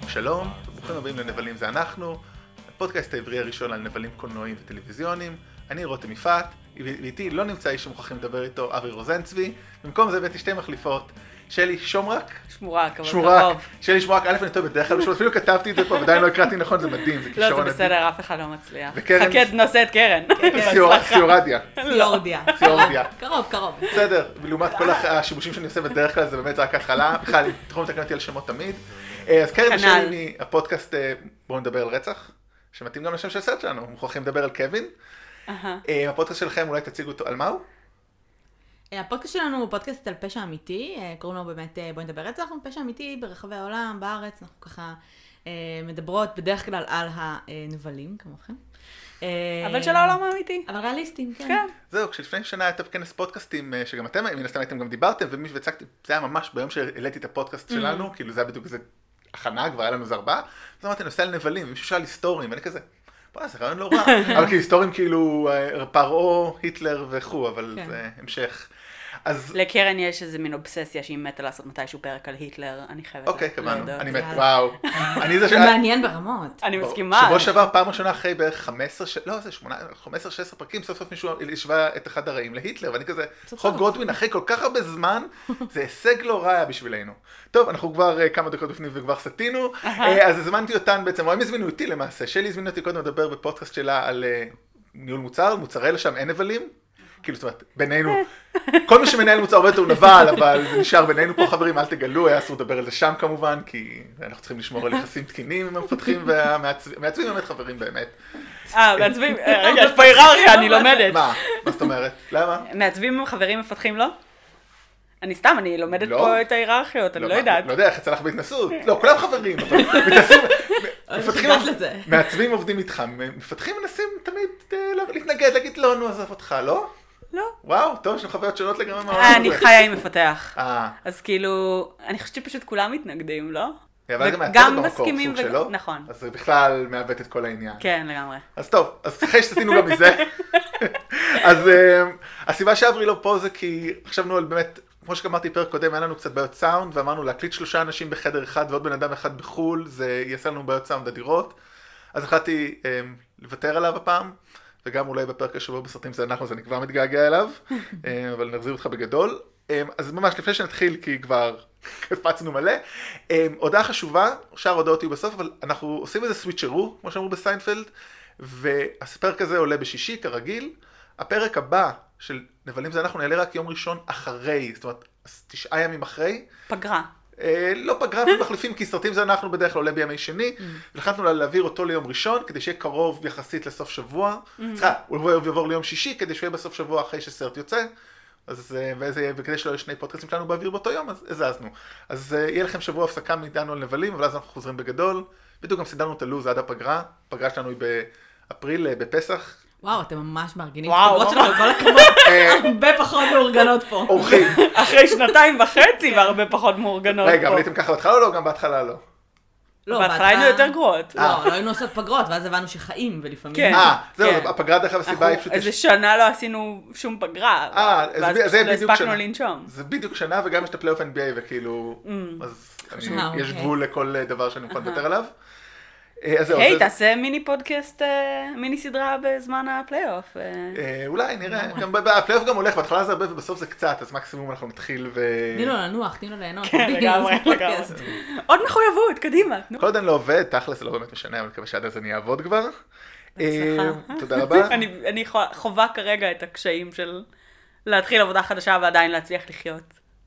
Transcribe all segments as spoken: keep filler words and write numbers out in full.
שלום, ברוכים הבאים לנבלים זה אנחנו, הפודקאסט העברי הראשון על נבלים קולנועיים וטלוויזיוניים. אני רותם יפעת, ואיתי לא נמצא איש שמוכרחים לדבר איתו, אבי רוזנצבי. במקום זה הבאתי שתי מחליפות, שלי שומרק. שמורק, אבל שמורק. קרוב. שלי שמורק, א' אני טוב בדרך כלל, אפילו כתבתי את זה פה, ועדיין לא הקראתי נכון, זה מדהים, זה כישרון לא, עדין. זה בסדר, אף אחד לא מצליח. וקרן- חכה, נעשה את קרן. סיורדיה. סיורדיה. סיורדיה. קרוב, קרוב. בסדר, ולעומת כל הח- השימושים שאני עושה בדרך כלל, זה באמת רק התחלה. בכלל, אתם יכולים לתקן אותי על שמות תמיד. אה, אז קרן כנ"ל. ושלי מהפודקאסט אה, בואו נדבר על רצח, שמתאים גם לשם של הסרט שלנו, מוכרחים לדבר על קווין. אהה. אה, הפודקאסט שלכם, אולי תציגו אותו, על מה הוא? הפודקאסט שלנו הוא פודקאסט על פשע אמיתי, קוראים לו באמת בואי נדבר רצח, הוא פשע אמיתי ברחבי העולם, בארץ, אנחנו ככה אה, מדברות בדרך כלל על הנבלים, כמוכם. אה, אבל של העולם האמיתי. אבל ריאליסטים, כן. כן. זהו, כשלפני שנה הייתה בכנס פודקאסטים, אה, שגם אתם, מן הסתם הייתם גם דיברתם, ומי שהצגתי, זה היה ממש ביום שהעליתי את הפודקאסט שלנו, כאילו זה היה בדיוק איזה הכנה, כבר היה לנו איזה ארבעה, אז אמרתי, נושא על נבלים, ומישהו שאל היסטוריים, ואני כזה, בוא, זה רעיון לא רע, אבל כאילו היסטוריים כאילו אה, פרעה, היטלר וכו', אבל כן. זה המשך. אז לקרן יש איזה מין אובססיה שהיא מתה לעשות מתישהו פרק על היטלר, אני חייבת אוקיי, קבענו, להודות. אני מת, יאללה. וואו. אני זה זה ש... מעניין ברמות. אני מסכימה. שבוע שעבר, פעם ראשונה אחרי בערך חמש עשרה, ש- לא, זה שמונה עשרה, חמש עשרה, שש עשרה פרקים, סוף סוף מישהו השווה את אחד הרעים להיטלר, ואני כזה, סוף חוק סוף. גודווין, אחרי כל כך הרבה זמן, זה הישג לא רע היה בשבילנו. טוב, אנחנו כבר אה, כמה דקות בפנים וכבר סטינו, אה, אז הזמנתי אותן בעצם, או הם הזמינו אותי למעשה, שלי הזמינו אותי קודם לדבר בפודקאסט שלה על אה, ניהול מוצר, מוצרי לשם אין נבלים. כאילו, זאת אומרת, בינינו, כל מי שמנהל מוצר עובד הוא נבל, אבל זה נשאר בינינו פה חברים, אל תגלו, היה אסור לדבר על זה שם כמובן, כי אנחנו צריכים לשמור על יחסים תקינים עם המפתחים והמעצבים, מעצבים באמת חברים באמת. אה, מעצבים, אה, רגע, יש פה היררכיה, אני לומדת. מה? מה זאת אומרת? למה? מעצבים עם חברים מפתחים לא? אני סתם, אני לומדת לא. פה את ההיררכיות, אני לא יודעת. לא יודע, איך יצא לך בהתנסות. לא, כולם חברים, אבל מתנסים, מפתחים, יודעת לזה. מעצבים עובדים איתך, מפתחים מנסים תמיד אה, לא- להתנגד, להגיד לא, נו, עזוב אותך, לא? לא. וואו, טוב, יש לנו חוויות שונות לגמרי מהעולם אה, הזה. אני חיה עם מפתח. אה, אז כאילו, אני חושבת שפשוט כולם מתנגדים, לא? אבל גם וגם מהצד במקור, מסכימים סוג וג- שלו. נכון. אז זה בכלל מעוות את כל העניין. כן, לגמרי. אז טוב, אז אחרי שתתינו גם מזה. אז אה, הסיבה שאברי לא פה זה כי חשבנו על באמת, כמו שאמרתי פרק קודם, היה לנו קצת בעיות סאונד, ואמרנו להקליט שלושה אנשים בחדר אחד ועוד בן אדם אחד בחול, זה יעשה לנו בעיות סאונד אדירות. אז החלטתי אה, לוותר עליו הפעם, וגם אולי בפרק השבוע בסרטים זה אנחנו, אז אני כבר מתגעגע אליו, אה, אבל נחזיר אותך בגדול. אה, אז ממש לפני שנתחיל, כי כבר הפצנו מלא, אה, הודעה חשובה, שאר הודעות יהיו בסוף, אבל אנחנו עושים איזה סוויצ'רו, כמו שאמרו בסיינפלד, והפרק הזה עולה בשישי, כרגיל. הפרק הבא של נבלים זה אנחנו נעלה רק יום ראשון אחרי, זאת אומרת, אז תשעה ימים אחרי. פגרה. אה, לא פגרה ומחליפים, כי סרטים זה אנחנו בדרך כלל עולה בימי שני, ולחלטנו לה להעביר אותו ליום ראשון, כדי שיהיה קרוב יחסית לסוף שבוע. סליחה, הוא יעבור ליום שישי, כדי שיהיה בסוף שבוע אחרי שסרט יוצא. אז, אה, וזה, וכדי שלא יהיו שני פודקאסטים שלנו באוויר באותו יום, אז הזזנו. אז אה, יהיה לכם שבוע הפסקה מאיתנו על נבלים, אבל אז אנחנו חוזרים בגדול. בדיוק גם סידרנו את הלוז עד הפגרה. הפגרה שלנו היא באפריל, אה, בפסח. וואו, אתם ממש מארגנים. וואו, חברות ממש. שלנו, כל הכבוד. הרבה פחות מאורגנות פה. אורחים. אחרי שנתיים וחצי והרבה פחות מאורגנות פה. רגע, אבל הייתם ככה בהתחלה או לא? גם בהתחלה לא. לא, בהתחלה היינו יותר גרועות. לא, לא היינו עושות פגרות, ואז הבנו שחיים, ולפעמים... כן. אה, זהו, כן. הפגרה דרך אגב הסיבה היא פשוט... איזה שנה לא עשינו שום פגרה. אה, ואז זה- זה פשוט לא בדיוק הספקנו שנה. לנשום. זה בדיוק שנה, וגם יש את הפלייאוף אן בי איי, וכאילו, אז אני- אה, יש אוקיי. גבול לכל אה, דבר שאני מוכן לוותר עליו. אה, אז זהו, היי, זה- תעשה מיני פודקאסט, אה, מיני סדרה בזמן הפלייאוף. אה. אה, אולי, נראה, גם ב- הפלייאוף גם הולך, בהתחלה זה הרבה ובסוף זה קצת, אז מקסימום אנחנו נתחיל ו... תני לו לנוח, תני לו ליהנות. כן, לגמרי, זה פודקאסט. עוד מחויבות, קדימה. תנו. כל עוד אני לא עובד, תכלס זה לא באמת משנה, אבל מקווה שעד אז אני אעבוד כבר. אה, בהצלחה. תודה רבה. אני אני חו- חווה כרגע את הקשיים של להתחיל עבודה חדשה ועדיין להצליח לחיות.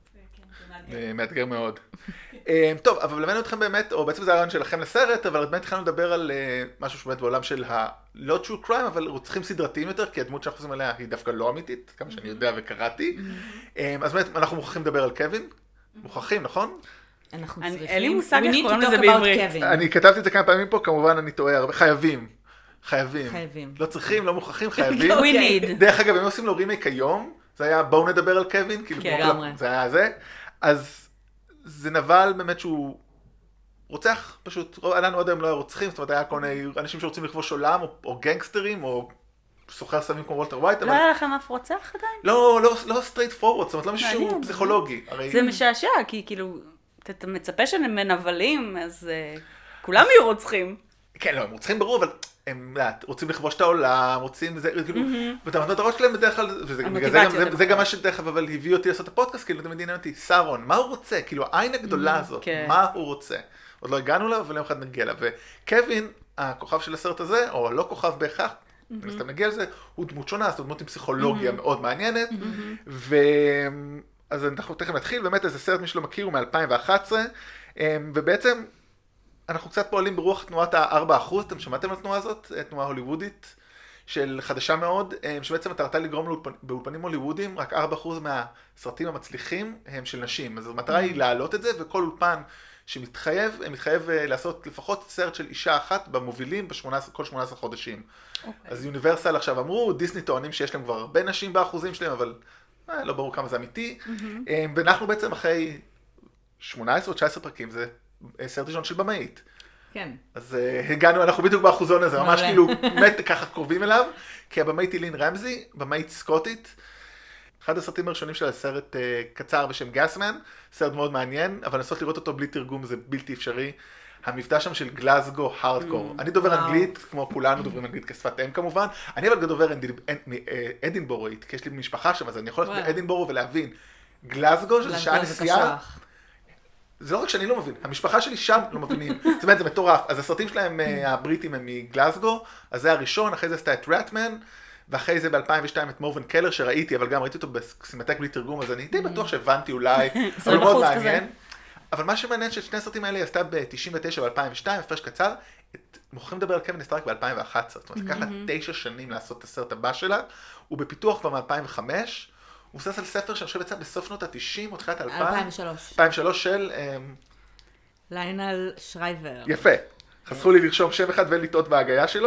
אה, מאתגר מאוד. אה, טוב, אבל למדנו אתכם באמת, או בעצם זה הרעיון שלכם לסרט, אבל באמת התחלנו לדבר על אה, משהו שבאמת בעולם של ה-לא true crime, אבל רוצחים סדרתיים יותר, כי הדמות שאנחנו עושים עליה היא דווקא לא אמיתית, כמה שאני יודע וקראתי. אה, אז באמת אנחנו מוכרחים לדבר על קווין. מוכרחים, נכון? אנחנו אני- צריכים... אין לי מושג We איך need to קוראים talk לזה about בעברית. Kevin. אני כתבתי את זה כמה פעמים פה, כמובן אני טועה הרבה. חייבים. חייבים. חייבים. לא צריכים, לא מוכרחים, חייבים. We need. דרך אגב, אם עושים לו רימייק היום, זה היה בואו נדבר על קווין, כאילו, כן, כמו לגמרי. כל- זה היה זה. אז זה נבל באמת שהוא רוצח, פשוט, עלינו עד היום לא היה רוצחים, זאת אומרת, היה כל מיני אנשים שרוצים לכבוש עולם, או, או גנגסטרים, או סוחר סמים כמו וולטר ווייט, לא אבל היה לכם אף רוצח עדיין? לא, לא, לא סטרייט פורוורד, זאת אומרת, לא משהו שהוא מעניין. פסיכולוגי. הרי... זה משעשע, כי כאילו, אתה אתה מצפה שמנבלים, אז... אה, כולם יהיו רוצחים. כן, לא, הם רוצחים ברור, אבל הם רוצים לכבוש את העולם, רוצים, זה, כאילו, ואתה מתנות הראש שלהם בדרך כלל, וזה גם מה שדרך כלל, אבל הביא אותי לעשות את הפודקאסט, כאילו, תמיד עניין אותי, סארון, מה הוא רוצה? כאילו, העין הגדולה הזאת, מה הוא רוצה? עוד לא הגענו לה, אבל יום אחד נגיע לה. וקווין, הכוכב של הסרט הזה, או לא כוכב בהכרח, אז אתה מגיע לזה, הוא דמות שונה, אז הוא דמות עם פסיכולוגיה מאוד מעניינת, ואז אנחנו תכף נתחיל, באמת איזה סרט מי שלא מכיר הוא מ-אלפיים ואחת עשרה, ובעצם אנחנו קצת פועלים ברוח תנועת ה-ארבע אחוז, אתם שמעתם על התנועה הזאת? תנועה הוליוודית של חדשה מאוד, שבעצם מטרתה לגרום באולפנים הוליוודיים, רק ארבע אחוז מהסרטים המצליחים הם של נשים, אז המטרה היא להעלות את זה, וכל אולפן שמתחייב, מתחייב לעשות לפחות סרט של אישה אחת במובילים בכל שמונה עשרה חודשים. Okay. אז יוניברסל עכשיו אמרו, דיסני טוענים שיש להם כבר הרבה נשים באחוזים שלהם, אבל אה, לא ברור כמה זה אמיתי. Mm-hmm. ואנחנו בעצם אחרי שמונה עשרה או תשע עשרה פרקים, זה סרט ראשון של במאית. כן. אז uh, הגענו, אנחנו בדיוק באחוזון הזה, ממש כאילו באמת ככה קרובים אליו, כי הבמאית היא לין רמזי, במאית סקוטית. אחד הסרטים הראשונים של הסרט uh, קצר בשם גסמן, סרט מאוד מעניין, אבל לנסות לראות אותו בלי תרגום זה בלתי אפשרי. המבטא שם של גלאזגו הארדקור. אני דובר אנגלית, כמו כולנו דוברים אנגלית כשפת אם כמובן, אני אבל דובר אדינבורואית, כי יש לי משפחה שם, אז אני יכול ללכת לאדינבורו ולהבין. גלאזגו, שזה שעה נסיעה, זה לא רק שאני לא מבין, המשפחה שלי שם לא מבינים, זאת אומרת זה מטורף, אז הסרטים שלהם הבריטים הם מגלאזגו, אז זה הראשון, אחרי זה עשתה את רטמן, ואחרי זה ב-אלפיים ושתיים את מורבן קלר שראיתי, אבל גם ראיתי אותו בסינמטק בלי תרגום, אז אני די בטוח שהבנתי אולי, אבל מאוד מעניין. אבל מה שמעניין ששני הסרטים האלה היא עשתה ב-תשעים ותשע ו-אלפיים ושתיים, הפרש קצר, מוכרחים לדבר על קווין סטארק ב-אלפיים ואחת עשרה, זאת אומרת, לקח לה תשע שנים לעשות את הסרט הבא שלה, הוא בפיתוח כבר מ-אלפיים וחמש, הוא מבוסס על ספר שאני חושב יצא בסוף שנות ה-תשעים, או תחילת אלפיים. אלפיים ושלוש. אלפיים ושלוש של... ליינל שרייבר. יפה. חסכו לי לרשום שם אחד ולטעות בהגיה שלו.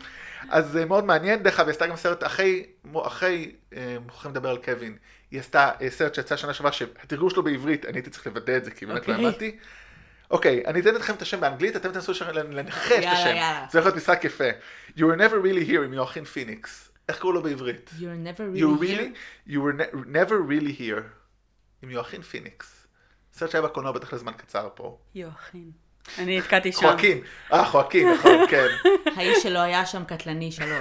אז מאוד מעניין, דרך אגב, היא עשתה גם סרט אחרי, אחרי, מוכרחים לדבר על קווין, היא עשתה סרט שיצא שנה שעברה, שהתרגום שלו בעברית, אני הייתי צריך לוודא את זה, כי באמת לא אמרתי. אוקיי, אני אתן אתכם את השם באנגלית, אתם תנסו לנחש את השם. זה יכול להיות משחק יפה. You were never really here עם יואכין פיניקס. איך קראו לו בעברית? You were never really here? You were never really here עם יואכין פיניקס. סרט שהיה בקולנוע בטח לזמן קצר פה. יואכין. אני התקעתי שם. חואקין. אה, חואקין, נכון, כן. האיש שלו היה שם קטלני שלוש.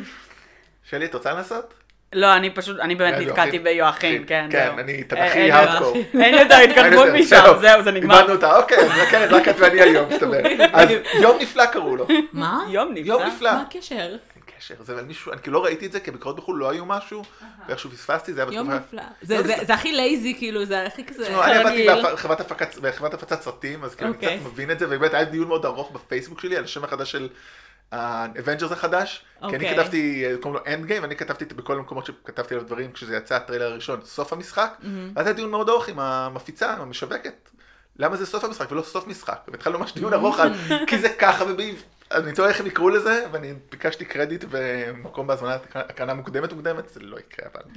שלי, את רוצה לנסות? לא, אני פשוט, אני באמת נתקעתי ביואכין, כן. כן, אני תנכי הארדקור. אין יותר התקדמות משם, זהו, זה נגמר. איבדנו אותה, אוקיי, אז רק את ואני היום, מסתבר. אז יום נפלא קראו לו. מה? יום נפלא? יום נפלא. מה הקשר? קשר, זה אבל מישהו, אני כאילו לא ראיתי את זה, כי בקראות בחו"ל לא היו משהו, ואיכשהו פספסתי, זה היה יום נפלא. זה הכי לייזי, כאילו, זה הכי כזה... אני עבדתי בחברת הפצת סרטים, אז כאילו אני קצת מבין את זה, ובאמת היה דיון מאוד ארוך בפייסבוק שלי, על השם החדש של האבנג'רס החדש, כי אני כתבתי, קוראים לו אנד גיים, ואני כתבתי בכל המקומות שכתבתי עליו דברים, כשזה יצא הטריילר הראשון, סוף המשחק, ואז היה דיון מאוד ארוך עם המפיצה, עם המשווקת, למה זה סוף המשחק ולא סוף משחק, והתחלנו ממש דיון ארוך על, כי זה ככה ובעיב. אני תוהה איך הם יקראו לזה, ואני ביקשתי קרדיט ומקום בהזמנת הקרנה מוקדמת מוקדמת, זה לא יקרה אבל.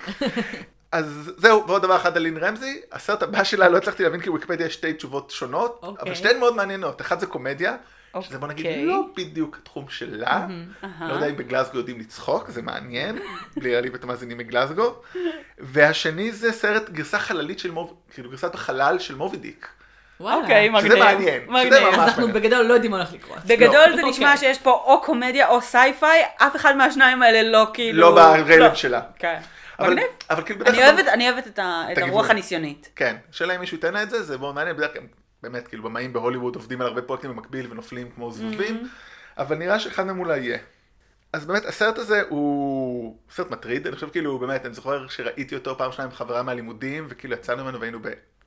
אז זהו, ועוד דבר אחד על לין רמזי, הסרט הבא שלה לא הצלחתי להבין כי וויקיפדיה יש שתי תשובות שונות, אבל שתיהן מאוד מעניינות, אחד זה קומדיה, שזה בוא נגיד לא בדיוק התחום שלה, לא יודע אם בגלאזגו יודעים לצחוק, זה מעניין, בלי להעליב את המאזינים מגלאזגו, והשני זה סרט גרסה חללית של מובי, כאילו גרסת החלל של מובי דיק. אוקיי, מגניב. שזה מעניין. אז אנחנו בגדול לא יודעים מה הולך לקרות. בגדול זה נשמע שיש פה או קומדיה או סייפיי, אף אחד מהשניים האלה לא כאילו... לא ברלם שלה. כן. מגניב. אבל כאילו בדרך כלל... אני אוהבת את הרוח הניסיונית. כן. שאלה אם מישהו ייתן לה את זה, זה בואו מעניין. בדרך כלל, באמת, כאילו במאים בהוליווד עובדים על הרבה פרויקטים במקביל ונופלים כמו זבובים, אבל נראה שאחד מהם אולי יהיה. אז באמת, הסרט הזה הוא סרט מטריד. אני חושב כאילו, באמת, אני זוכר שראיתי אותו פעם שניים חברה מהלימודים, וכאילו יצאנו ממנו והיינו ב...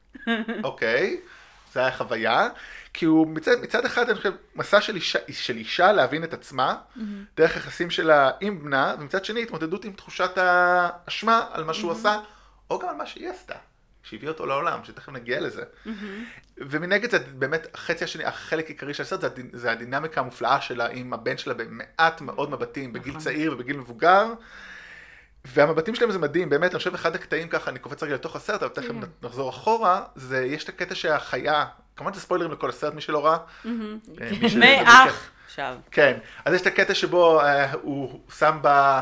אוקיי. זה היה חוויה, כי הוא מצד, מצד אחד, אני חושב, מסע של אישה, של אישה להבין את עצמה, mm-hmm. דרך יחסים שלה עם בנה, ומצד שני, התמודדות עם תחושת האשמה על מה שהוא mm-hmm. עשה, או גם על מה שהיא עשתה, שהביא אותו לעולם, שתכף נגיע לזה. Mm-hmm. ומנגד זה באמת, החצי השני, החלק העיקרי של הסרט, זה, זה הדינמיקה המופלאה שלה עם הבן שלה במעט מאוד מבטים, בגיל צעיר ובגיל מבוגר, והמבטים שלהם זה מדהים, באמת, אני חושב אחד הקטעים ככה, אני קופץ רגע לתוך הסרט, אבל תכף נחזור אחורה, זה, יש את הקטע שהחיה, כמובן זה ספוילרים לכל הסרט, מי שלא ראה. מי אח, עכשיו. כן, אז יש את הקטע שבו הוא שם ב...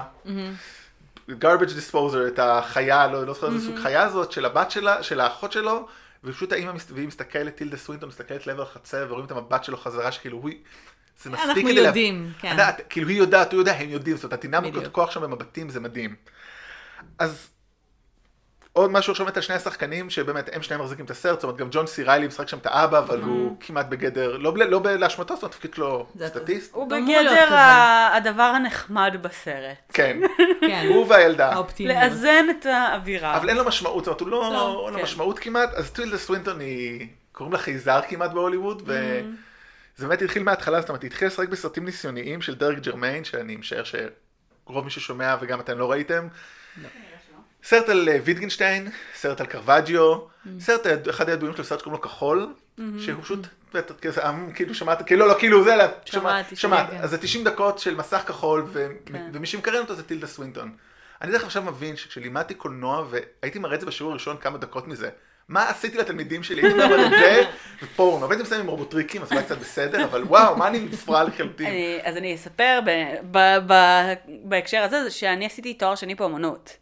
garbage disposer את החיה, לא זוכר איזה סוג חיה הזאת, של הבת שלה, של האחות שלו, ופשוט האמא והיא מסתכלת, טילדה סווינטון מסתכלת לעבר החצר, ורואים את המבט שלו חזרה, שכאילו הוא, זה מספיק אנחנו כדי יודעים, כן. כאילו היא יודעת, הוא יודע, הם יודעים, זאת אומרת, הדינמיקות כוח שם במבטים, זה מדהים. אז עוד משהו עכשיו על שני השחקנים, שבאמת הם שניהם מחזיקים את הסרט, זאת אומרת, גם ג'ון סי ריילי משחק שם את האבא, אבל הוא כמעט בגדר, לא להשמעתו, זאת אומרת, תפקיד לו סטטיסט. הוא בגדר הדבר הנחמד בסרט. כן, הוא והילדה. לאזן את האווירה. אבל אין לו משמעות, זאת אומרת, הוא לא, אין לו משמעות כמעט, אז טילדה סווינטון היא, קוראים לה חייזר כמעט בהוליווד, וזה באמת התחיל מההתחלה, זאת אומרת, היא התחילה לשחק בסרטים ניסיוניים של דרק ג'רמיין, שאני משער שרוב מי ששומע וגם אתם לא ראיתם. סרט על ויטגנשטיין, סרט על קרוואג'יו, סרט, אחד הידועים שלו, סרט שקוראים לו כחול, שהוא פשוט, כאילו שמעת, כאילו לא, כאילו זה, שמעתי, שמעת, אז זה תשעים דקות של מסך כחול, ומי שמקרן אותו זה טילדה סווינטון. אני דרך עכשיו מבין שכשלימדתי קולנוע, והייתי מראה את זה בשיעור הראשון כמה דקות מזה, מה עשיתי לתלמידים שלי? הייתי אומר את זה, ופורנו, והייתי מסיים עם רובוטריקים, אז אולי קצת בסדר, אבל וואו, מה אני מפרע לחלוטין? אז אני אספר בהקשר הזה, שאני עשיתי תואר שני פה אמנות.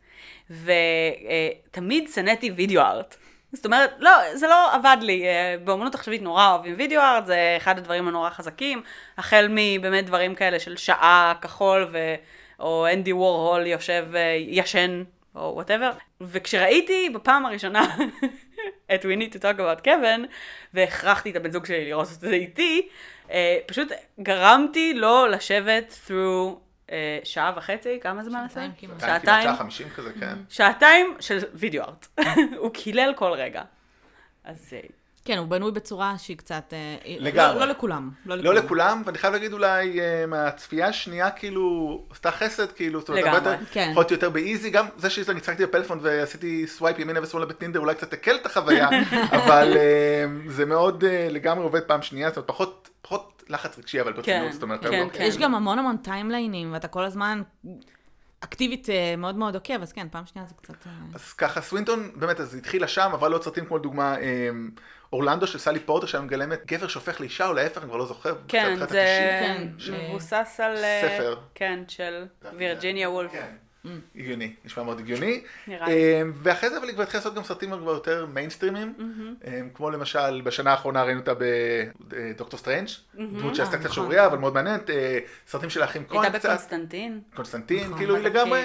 ותמיד שנאתי וידאו ארט. זאת אומרת, לא, זה לא עבד לי. באמנות עכשווית נורא אוהבים וידאו ארט, זה אחד הדברים הנורא חזקים, החל מבאמת דברים כאלה של שעה כחול, ו... או אנדי וורהול יושב ישן, או whatever. וכשראיתי בפעם הראשונה את We Need to Talk About Kevin, והכרחתי את הבן זוג שלי לראות את זה איתי, פשוט גרמתי לו לשבת through שעה וחצי, כמה זמן עשה? שעתיים. שעה חמישים כזה, כן. שעתיים של וידאו ארט. הוא קילל כל רגע. אז... כן, הוא בנוי בצורה שהיא קצת... לגמרי. לא לכולם. לא לכולם, ואני חייב להגיד אולי מהצפייה השנייה, כאילו, עשתה חסד, כאילו, זאת אומרת, לגמרי, כן. יכולתי יותר באיזי, גם זה שאני צחקתי בפלאפון ועשיתי סווייפ ימינה ושמאלה בטינדר, אולי קצת תקל את החוויה, אבל זה מאוד לגמרי עובד פעם שנייה, זאת אומרת, פחות... פחות לחץ רגשי, אבל ברצינות, זאת אומרת, כן, כן. יש גם המון המון טיימליינים, ואתה כל הזמן אקטיבית מאוד מאוד עוקב, אז כן, פעם שנייה זה קצת... אז ככה, סווינטון, באמת, אז התחילה שם, אבל עוד סרטים כמו לדוגמה, אורלנדו של סלי פורטר, שם מגלמת גבר שהופך לאישה, או להפך, אני כבר לא זוכר. כן, זה מבוסס על... ספר. כן, של וירג'יניה וולף. הגיוני, נשמע מאוד הגיוני. ואחרי זה אבל היא כבר התחילה לעשות גם סרטים כבר יותר מיינסטרימים, כמו למשל בשנה האחרונה ראינו אותה בדוקטור סטרנג', דמות שעשתה קצת שעוריה, אבל מאוד מעניינת, סרטים של האחים כהן קצת. הייתה בקונסטנטין. קונסטנטין, כאילו היא לגמרי.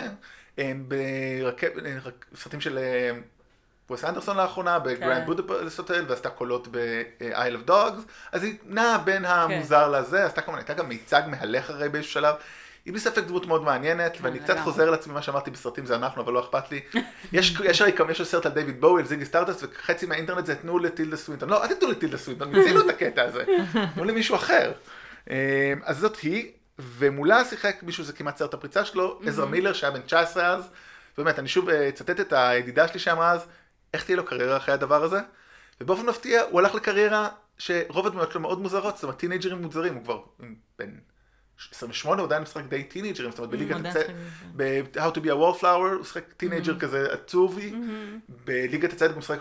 בסרטים של ווס אנדרסון לאחרונה, בגרנד בודפסט הוטל, ועשתה קולות ב-Isle of Dogs, אז היא נעה בין המוזר לזה, עשתה כמובן, הייתה גם מיצג מהלך הרי באיזשהו שלב, היא בלי ספק דמות מאוד מעניינת, ואני קצת חוזר לעצמי מה שאמרתי בסרטים זה אנחנו, אבל לא אכפת לי. יש הרי סרט על דיוויד בואי, על זיגי סטארדסט, וחצי מהאינטרנט זה תנו לטילדה סווינטון. לא, אל תתנו לטילדה סווינטון, מצינו את הקטע הזה. תנו למישהו אחר. אז זאת היא, ומולה שיחק מישהו, זה כמעט סרט הפריצה שלו, עזרא מילר, שהיה בן תשע עשרה אז, ובאמת, אני שוב אצטט את הידידה שלי שאמרה אז, איך תהיה לו קריירה אחרי הדבר הזה? ובאופן מפתיע, הוא הלך לקריירה שרוב הדמויות שלו מאוד מוזרות, זאת אומרת, טינג'רים מוזרים, הוא כבר בן עשרים ושמונה, הוא עדיין משחק די טינג'רים, זאת אומרת, בליגת הצד, ב-How to be a wallflower, הוא משחק טינג'ר כזה עצובי, בליגת הצד הוא משחק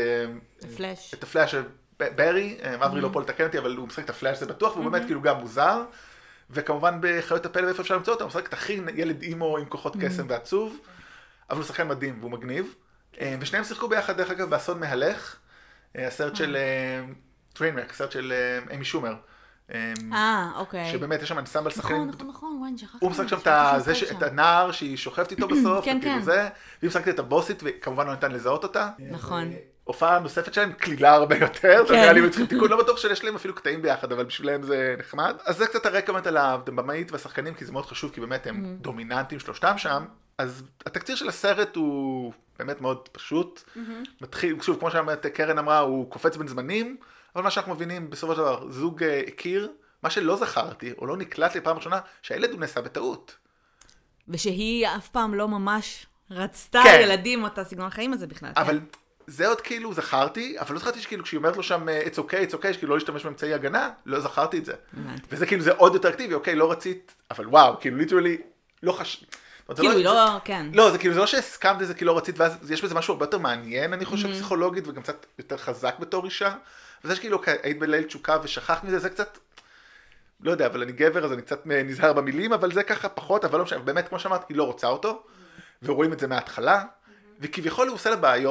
את הפלאש של ברי, אברי לא פה לתקן אותי, אבל הוא משחק את הפלאש, זה בטוח, והוא באמת כאילו גם מוזר, וכמובן בחיות הפלא ואיפה אפשר למצוא אותו, הוא משחק את הכי ילד אימו עם כוחות קסם ועצוב, אבל הוא שחקן מדהים והוא מגניב, ושניהם שיחקו ביחד, דרך אגב, באסון מהלך, הסרט של טריינרק, הסרט של אמי שומר. אה, אוקיי. שבאמת יש שם אנסמבל שחקן. נכון, נכון, נכון, וואי, שכחתי. הוא משחק שם את הנער שהיא שוכבת איתו בסוף, וכאילו זה, והיא משחקת את הבוסית, וכמובן לא ניתן לזהות אותה. נכון. הופעה נוספת שלהם קלילה הרבה יותר, זה נראה לי מצחיק תיקון, לא בטוח שיש להם אפילו קטעים ביחד, אבל בשבילם זה נחמד. אז זה קצת הרקע באמת על הבמאית והשחקנים, כי זה מאוד חשוב, כי באמת הם דומיננטים שלושתם שם. אז התקציר של הסרט הוא באמת מאוד פשוט. מתחיל, שוב, כמו שקרן אמרה, הוא קופץ בין זמנים, אבל מה שאנחנו מבינים, בסופו של דבר, זוג הכיר, מה שלא זכרתי, או לא נקלט לי פעם ראשונה, שהילד הוא נעשה בטעות. ושהיא אף פעם לא ממש רצתה כן. ילדים אותה סגנון החיים הזה בכלל. אבל כן. זה עוד כאילו זכרתי, אבל לא זכרתי שכאילו כשהיא אומרת לו שם, it's okay, it's okay, שכאילו לא להשתמש באמצעי הגנה, לא זכרתי את זה. וזה כאילו, זה עוד יותר אקטיבי, אוקיי, לא רצית, אבל וואו, כאילו ליטרלי, לא חש... כאילו היא לא, כן. לא, זה כאילו, זה לא שהסכמת לזה כי לא רצית, ואז יש בזה משהו הרבה יותר מעניין, אני חושב, פסיכולוגית, וגם קצת יותר חזק בתור אישה. וזה שכאילו, היית בליל תשוקה ושכחת מזה, זה קצת, לא יודע, אבל אני גבר, אז אני קצת נזהר במילים, אבל זה ככה פחות, אבל לא משנה, באמת, כמו שאמרת, היא לא רוצה אותו, ורואים את זה מההתחלה, וכביכול הוא עושה לה בעיות,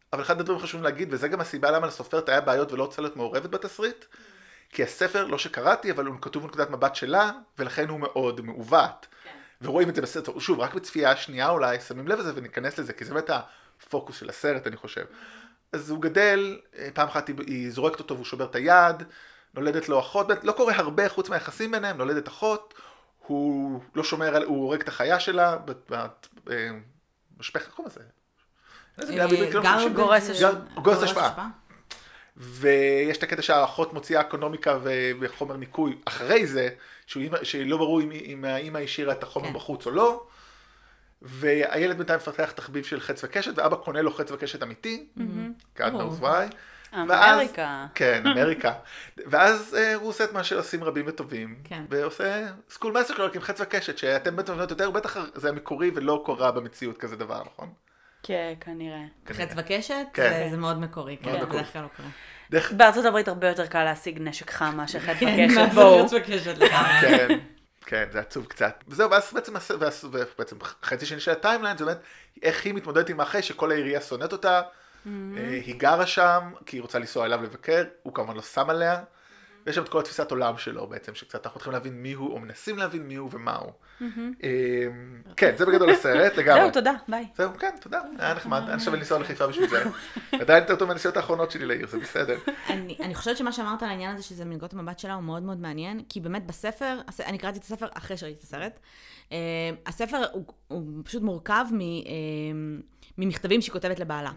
אבל אחד הדברים חשובים להגיד, וזה גם הסיבה למה לסופרת היה בעיות ולא רוצה להיות מעורבת בתסריט, כי הספר, לא שקראתי, אבל הוא כתוב בנקודת מבט שלה, ולכן הוא מאוד מעוות. ורואים את זה בסרט, שוב, רק בצפייה השנייה אולי, שמים לב לזה וניכנס לזה, כי זה באמת הפוקוס של הסרט, אני חושב. אז הוא גדל, פעם אחת היא זורקת אותו והוא שובר את היד, נולדת לו אחות, לא קורה הרבה חוץ מהיחסים ביניהם, נולדת אחות, הוא לא שומר, הוא הורג את החיה שלה, משפחת, קוראים לזה? גורס השפעה. ויש את הקטע שהאחות מוציאה אקונומיקה וחומר ניקוי אחרי זה, שלא ברור אם האמא השאירה את החומר בחוץ או לא, והילד בינתיים מפתח תחביב של חץ וקשת, ואבא קונה לו חץ וקשת אמיתי, God knows why. אמריקה. כן, אמריקה. ואז הוא עושה את מה שעושים רבים וטובים, ועושה סקול מסקר עם חץ וקשת, שאתם בעצם מבינות יותר, בטח זה המקורי ולא קורה במציאות כזה דבר, נכון? כן, כנראה. חץ וקשת, זה מאוד מקורי, כן, בדרך כלל לא קורה. בארצות הברית הרבה יותר קל להשיג נשק חם מאשר חץ וקשת, כן, בואו. חץ וקשת לגמרי. כן, כן, זה עצוב קצת. וזהו, ואז בעצם חצי שני של הטיימליין, זה באמת איך היא מתמודדת עם האחרי שכל העירייה שונאת אותה, היא גרה שם, כי היא רוצה לנסוע אליו לבקר, הוא כמובן לא שם עליה, ויש שם את כל התפיסת עולם שלו בעצם, שקצת אנחנו צריכים להבין מי הוא, או מנסים להבין מי הוא ומה הוא. כן, זה בגדול הסרט, לגמרי. זהו, תודה, ביי. זהו, כן, תודה, היה נחמד, אני שווה לנסוע לחיפה בשביל זה. עדיין יותר טוב מהנסיעות האחרונות שלי לעיר, זה בסדר. אני חושבת שמה שאמרת על העניין הזה, שזה מנקודת המבט שלה, הוא מאוד מאוד מעניין, כי באמת בספר, אני קראתי את הספר אחרי שראיתי את הסרט, הספר הוא פשוט מורכב ממכתבים שהיא כותבת לבעלה.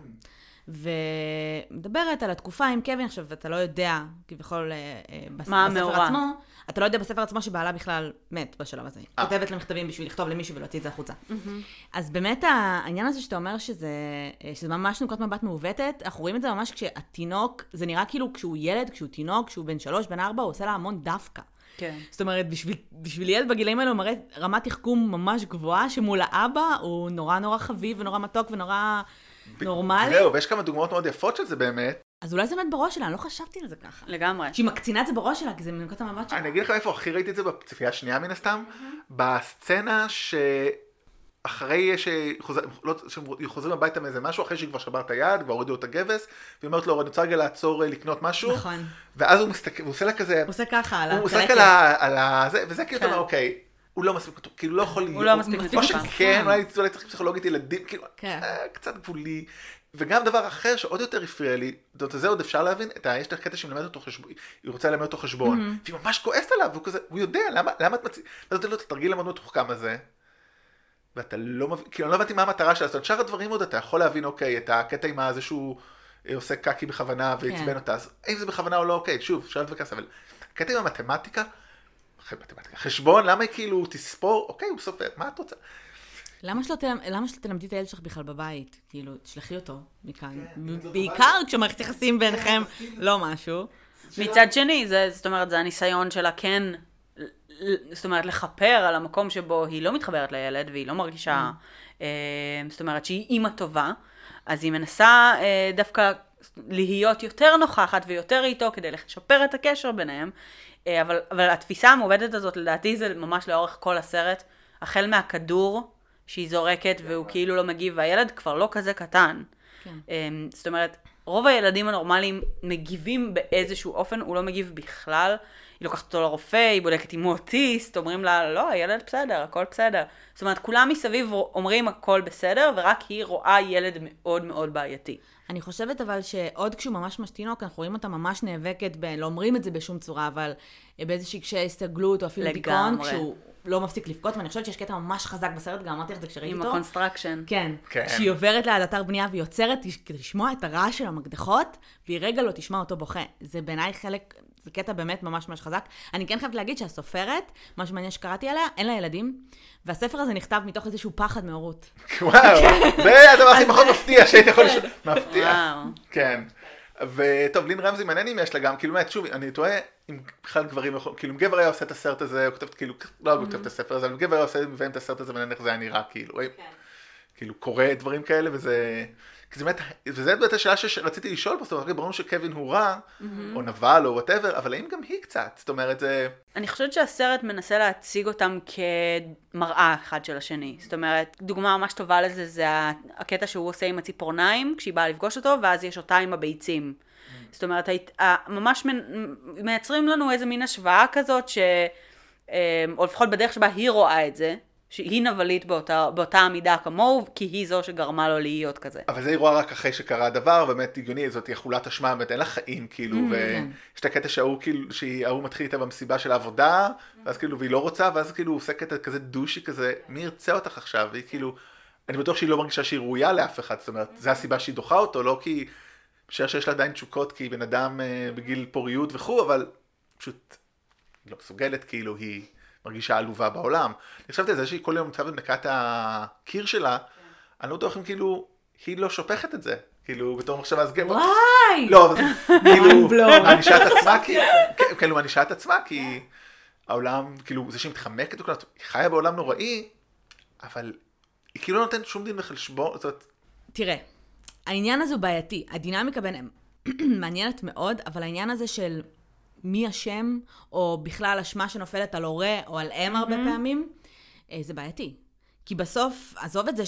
ומדברת על התקופה עם קווין, עכשיו, אתה לא יודע, כביכול, בספר עצמו, אתה לא יודע בספר עצמו שבעלה בכלל מת בשלב הזה. היא כותבת למכתבים בשביל לכתוב למישהו ולהוציא את זה החוצה. אז באמת העניין הזה שאתה אומר שזה ממש נקודת מבט מעוותת, אנחנו רואים את זה ממש כשהתינוק, זה נראה כאילו כשהוא ילד, כשהוא תינוק, כשהוא בן שלוש, בן ארבע, הוא עושה לה המון דווקא. כן. זאת אומרת, בשביל, בשביל ילד בגילאים האלו הוא מראה רמת תחכום ממש גבוהה, שמול האבא הוא נורא נורא חביב ונורא מתוק ונורא נורמלי. זהו, ויש כמה דוגמאות מאוד יפות של זה באמת. אז אולי זה באמת בראש שלה, אני לא חשבתי על זה ככה. לגמרי. שהיא מקצינה את זה בראש שלה, כי זה מנקודת המבט שלה. אני אגיד לך איפה, הכי ראיתי את זה בצפייה השנייה מן הסתם, בסצנה שאחרי שחוזרים הביתה מאיזה משהו, אחרי שהיא כבר שבר את היד, כבר הורידו את הגבס, והיא אומרת לו, אני רוצה רגע לעצור לקנות משהו. נכון. ואז הוא מסתכל, הוא עושה לה כזה... הוא עושה ככה, על הוא עושה על זה, וזה כאילו, אתה אומר, אוקיי, הוא לא מספיק, כאילו לא יכול להיות. הוא לא מספיק או שכן, אולי צריך פסיכולוגית ילדים, כאילו, קצת גבולי. וגם דבר אחר שעוד יותר הפריע לי, זה עוד אפשר להבין, יש את הקטע שהיא מלמדת אותו חשבון, היא רוצה ללמד אותו חשבון, והיא ממש כועסת עליו, והוא כזה, הוא יודע, למה את מציעה, ואז אתה לא תרגיל למוד מתוחכם הזה, ואתה לא מבין, כאילו אני לא הבנתי מה המטרה שלה, זאת אומרת, שאר הדברים עוד אתה יכול להבין, אוקיי, את הקטע עם הזה שהוא עושה קקי בכוונה והצבן אותה, אז האם זה בכוונה או לא, אוקיי, שוב, אפשר להתווכח, אבל הקטע עם המתמטיקה, חשבון, למה היא כאילו תספור, אוקיי, הוא סופר, מה את רוצה? למה שלא תלמדי את הילד שלך בכלל בבית? כאילו, תשלחי אותו מכאן. בעיקר כשמערכת יחסים ביניכם לא משהו. מצד שני, זאת אומרת, זה הניסיון שלה כן, זאת אומרת, לחפר על המקום שבו היא לא מתחברת לילד, והיא לא מרגישה, זאת אומרת, שהיא אימא טובה, אז היא מנסה דווקא להיות יותר נוכחת ויותר איתו כדי לשפר את הקשר ביניהם, אבל, אבל התפיסה המעובדת הזאת, לדעתי, זה ממש לאורך כל הסרט, החל מהכדור, שהיא זורקת והוא כאילו לא מגיב, והילד כבר לא כזה קטן. כן. זאת אומרת, רוב הילדים הנורמליים מגיבים באיזשהו אופן, הוא לא מגיב בכלל. היא לוקחת אותו לרופא, היא בודקת אם הוא אוטיסט, אומרים לה, לא, הילד בסדר, הכל בסדר. זאת אומרת, כולם מסביב אומרים הכל בסדר, ורק היא רואה ילד מאוד מאוד בעייתי. אני חושבת אבל שעוד כשהוא ממש משתינוק, אנחנו רואים אותה ממש נאבקת, ב... לא אומרים את זה בשום צורה, אבל באיזושהי קשיי הסתגלות או אפילו דיכאון, כשהוא לא מפסיק לבכות, ואני חושבת שיש קטע ממש חזק בסרט, גם אמרתי לך את זה כשראיתי אותו. עם הקונסטרקשן. כן. כן. שהיא עוברת ליד אתר בנייה והיא יוצרת כדי לשמוע את הרעש של המקדחות, והיא רגע לא תשמע אותו בוכה. זה בעיניי חלק, זה קטע באמת ממש ממש חזק. אני כן חייבת להגיד שהסופרת, מה שמעניין שקראתי עליה, אין לה ילדים, והספר הזה נכתב מתוך איזשהו פחד מהורות. וואו, זה הדבר הכי פחות מפתיע שהייתי יכול לשאול. מפתיע. כן. וטוב, לין רמזי מעניין אם יש לה גם, כאילו, שוב, אני טועה, אם בכלל גברים, כאילו, אם גבר היה עושה את הסרט הזה, הוא כותב, כאילו, לא הוא כותב את הספר הזה, אבל אם גבר היה עושה, מביים את הסרט הזה, ונניח זה היה נראה, כאילו, כאילו, קורה דברים כאלה, וזה, כי זה באמת, וזה באמת השאלה שרציתי לשאול פה, זאת אומרת, ברור שקווין הוא רע, או נבל או whatever, אבל האם גם היא קצת? זאת אומרת, זה... אני חושבת שהסרט מנסה להציג אותם כמראה אחד של השני. זאת אומרת, דוגמה ממש טובה לזה, זה הקטע שהוא עושה עם הציפורניים, כשהיא באה לפגוש אותו, ואז יש אותה עם הביצים. זאת אומרת, ממש מייצרים לנו איזה מין השוואה כזאת, ש... או לפחות בדרך שבה היא רואה את זה, שהיא נבלית באותה, באותה עמידה כמוהו, כי היא זו שגרמה לו להיות כזה. אבל זה היא רואה רק אחרי שקרה הדבר, באמת הגיוני, זאת היא חולת אשמה, באמת אין לה חיים, כאילו, ויש את הקטע שההוא, כאילו, שההוא מתחיל איתה במסיבה של העבודה, ואז כאילו, והיא לא רוצה, ואז כאילו, הוא עושה קטע כזה דושי כזה, מי ירצה אותך עכשיו? והיא כאילו, אני בטוח שהיא לא מרגישה שהיא ראויה לאף אחד, זאת אומרת, זה הסיבה שהיא דוחה אותו, לא כי, בשביל שיש לה עדיין תשוקות, כי היא בן אדם בגיל פוריות וכו', אבל פשוט לא מסוגלת, כאילו, היא מרגישה עלובה בעולם. אני חשבתי על זה שהיא כל יום מצאה במנקה את הקיר שלה, אני לא בטוח אם כאילו, היא לא שופכת את זה. כאילו, בתור מחשבה, אז גם... וואי! לא, אבל כאילו, מענישה את עצמה, כאילו, מענישה את עצמה, כי העולם, כאילו, זה שהיא מתחמקת, היא חיה בעולם נוראי, אבל היא כאילו לא נותנת שום דין בחשבון, זאת אומרת... תראה, העניין הזה הוא בעייתי. הדינמיקה ביניהם מעניינת מאוד, אבל העניין הזה של... מי אשם, או בכלל אשמה שנופלת על הורה, או על אם הרבה פעמים, זה בעייתי. כי בסוף, עזוב את זה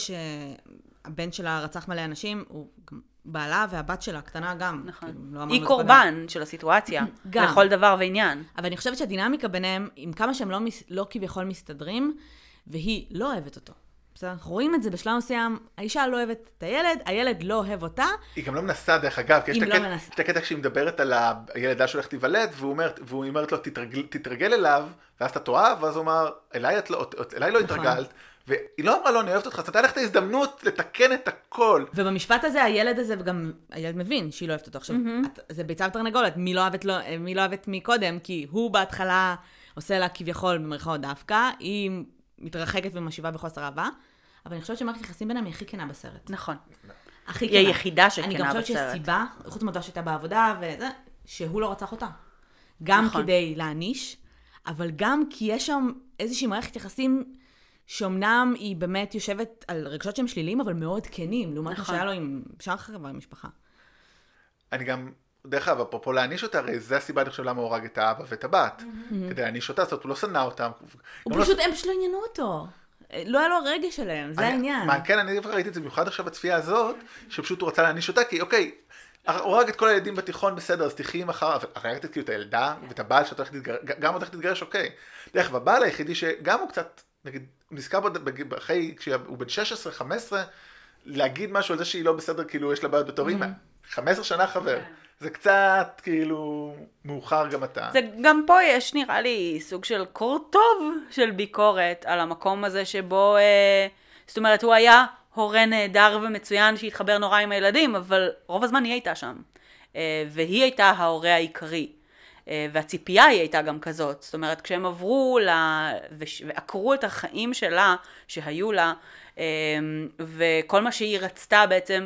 שהבן שלה רצח מלא אנשים, הוא בעלה והבת שלה, קטנה גם. נכון. היא קורבן של הסיטואציה, לכל דבר ועניין. אבל אני חושבת שהדינמיקה ביניהם, עם כמה שהם לא כביכול מסתדרים, והיא לא אוהבת אותו. אנחנו רואים את זה בשלב מסוים, האישה לא אוהבת את הילד, הילד לא אוהב אותה. היא גם לא מנסה דרך אגב, כי יש את הקטע כשהיא מדברת על הילדה שהולכת להיוולד, והוא אומרת לו תתרגל אליו, ואז אתה טועה, ואז הוא אומר, אליי לא התרגלת, והיא לא אמרה לו, אני אוהבת אותך, אז אתה לך את ההזדמנות לתקן את הכל. ובמשפט הזה, הילד הזה, וגם הילד מבין שהיא לא אוהבת אותו. עכשיו, זה ביצה ותרנגולת, מי לא אוהבת מקודם, כי הוא בהתחלה עושה לה כביכול במרכאות דווקא, היא מתרחקת ומשיבה בחוסר אהבה, אבל אני חושבת שמערכת יחסים ביניהם היא הכי כנה בסרט. נכון. הכי היא היחידה שכנה בסרט. אני גם חושבת שיש סיבה, חוץ מהדבר שהייתה בעבודה, וזה, שהוא לא רצח אותה. גם כדי להעניש, אבל גם כי יש שם איזושהי מערכת יחסים, שאומנם היא באמת יושבת על רגשות שהם שליליים, אבל מאוד כנים, לעומת מה שהיה לו עם שאר חברה, עם משפחה. אני גם, דרך אגב, אפרופו להעניש אותה, הרי זה הסיבה, אני חושב, למה הוא הרג את האבא ואת הבת. כדי להעניש אותה, זאת אומרת, הוא לא שנא אותם. הוא פשוט, הם פשוט לא עניינו אותו. לא היה לו רגש שלהם, זה העניין. מה, כן, אני ראיתי את זה במיוחד עכשיו בצפייה הזאת, שפשוט הוא רצה להעניש אותה, כי אוקיי, הוא הרג את כל הילדים בתיכון, בסדר, אז תחי מחר, הרגת כאילו את הילדה ואת הבעל שאת הולכת להתגרש, גם הולכת להתגרש, אוקיי. דרך אגב, הבעל היחידי שגם הוא קצת, נגיד, הוא נזכר אחרי, כשהוא בן שש עשרה חמש עשרה, להגיד משהו על זה שהיא לא בסדר, כאילו יש לה בעיות בתור אמא. חמש עשרה שנה חבר. זה קצת כאילו מאוחר גם אתה. זה גם פה יש נראה לי סוג של קור טוב של ביקורת על המקום הזה שבו, אה, זאת אומרת הוא היה הורה נהדר ומצוין שהתחבר נורא עם הילדים, אבל רוב הזמן היא הייתה שם. אה, והיא הייתה ההורה העיקרי. אה, והציפייה היא הייתה גם כזאת. זאת אומרת כשהם עברו לה, וש, ועקרו את החיים שלה שהיו לה, אה, וכל מה שהיא רצתה בעצם,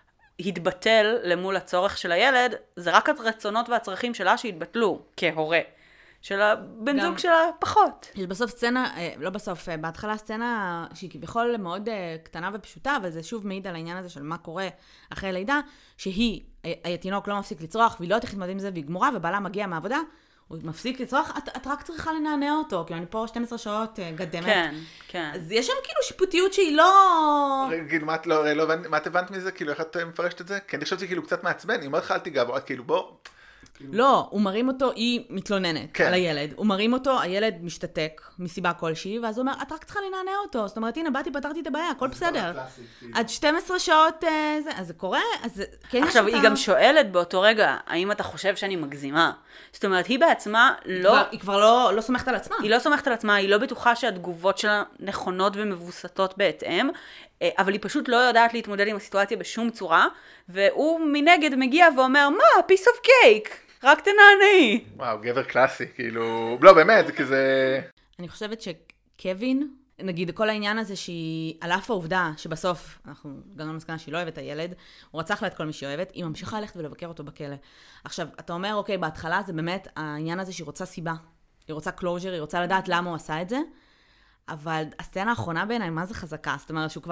התבטל למול הצורך של הילד, זה רק הרצונות והצרכים שלה שהתבטלו כהורה. של הבן זוג שלה פחות. יש בסוף סצנה, לא בסוף, בהתחלה סצנה שהיא כביכול מאוד קטנה ופשוטה, אבל זה שוב מעיד על העניין הזה של מה קורה אחרי הלידה, שהיא, התינוק לא מפסיק לצרוח, והיא לא תכף מתאים עם זה, והיא גמורה, ובעלה מגיע מהעבודה, הוא מפסיק לצרוח, את, את רק צריכה לנענע אותו, כי אני פה שתים עשרה שעות גדמת. כן, כן. אז יש שם כאילו שיפוטיות שהיא לא... כאילו, מה את לא, לא, מה את הבנת מזה? כאילו, איך את מפרשת את זה? כי אני חושבת שזה כאילו קצת מעצבן, היא אומרת לך, אל תיגע בו, כאילו, בוא... לא, הוא מרים אותו, היא מתלוננת כן. על הילד, הוא מרים אותו, הילד משתתק מסיבה כלשהי, ואז הוא אומר, את רק צריכה לנענע אותו, זאת אומרת, הנה, באתי, פתרתי את הבעיה, הכל בסדר. עד שתים עשרה שעות, זה, אז זה קורה, אז כן עכשיו, היא גם שואלת באותו רגע, האם אתה חושב שאני מגזימה? זאת אומרת, היא בעצמה לא... היא כבר לא, לא סומכת על עצמה. היא לא סומכת על עצמה, היא לא בטוחה שהתגובות שלה נכונות ומבוסתות בהתאם, אבל היא פשוט לא יודעת להתמודד עם הסיטואציה בשום צורה, והוא מנגד מגיע ואומר, מה, piece of cake, רק תנעני. וואו, גבר קלאסי, כאילו, לא, באמת, כי זה... אני חושבת שקווין, נגיד, כל העניין הזה שהיא, על אף העובדה שבסוף, אנחנו גם למסקנה שהיא לא אוהבת את הילד, הוא רצח לה את כל מי שהיא אוהבת, היא ממשיכה ללכת ולבקר אותו בכלא. עכשיו, אתה אומר, אוקיי, בהתחלה זה באמת העניין הזה שהיא רוצה סיבה, היא רוצה closure, היא רוצה לדעת למה הוא עשה את זה, אבל הסצנה האחרונה בעיניי, מה זה חזקה? זאת אומרת שהוא כבר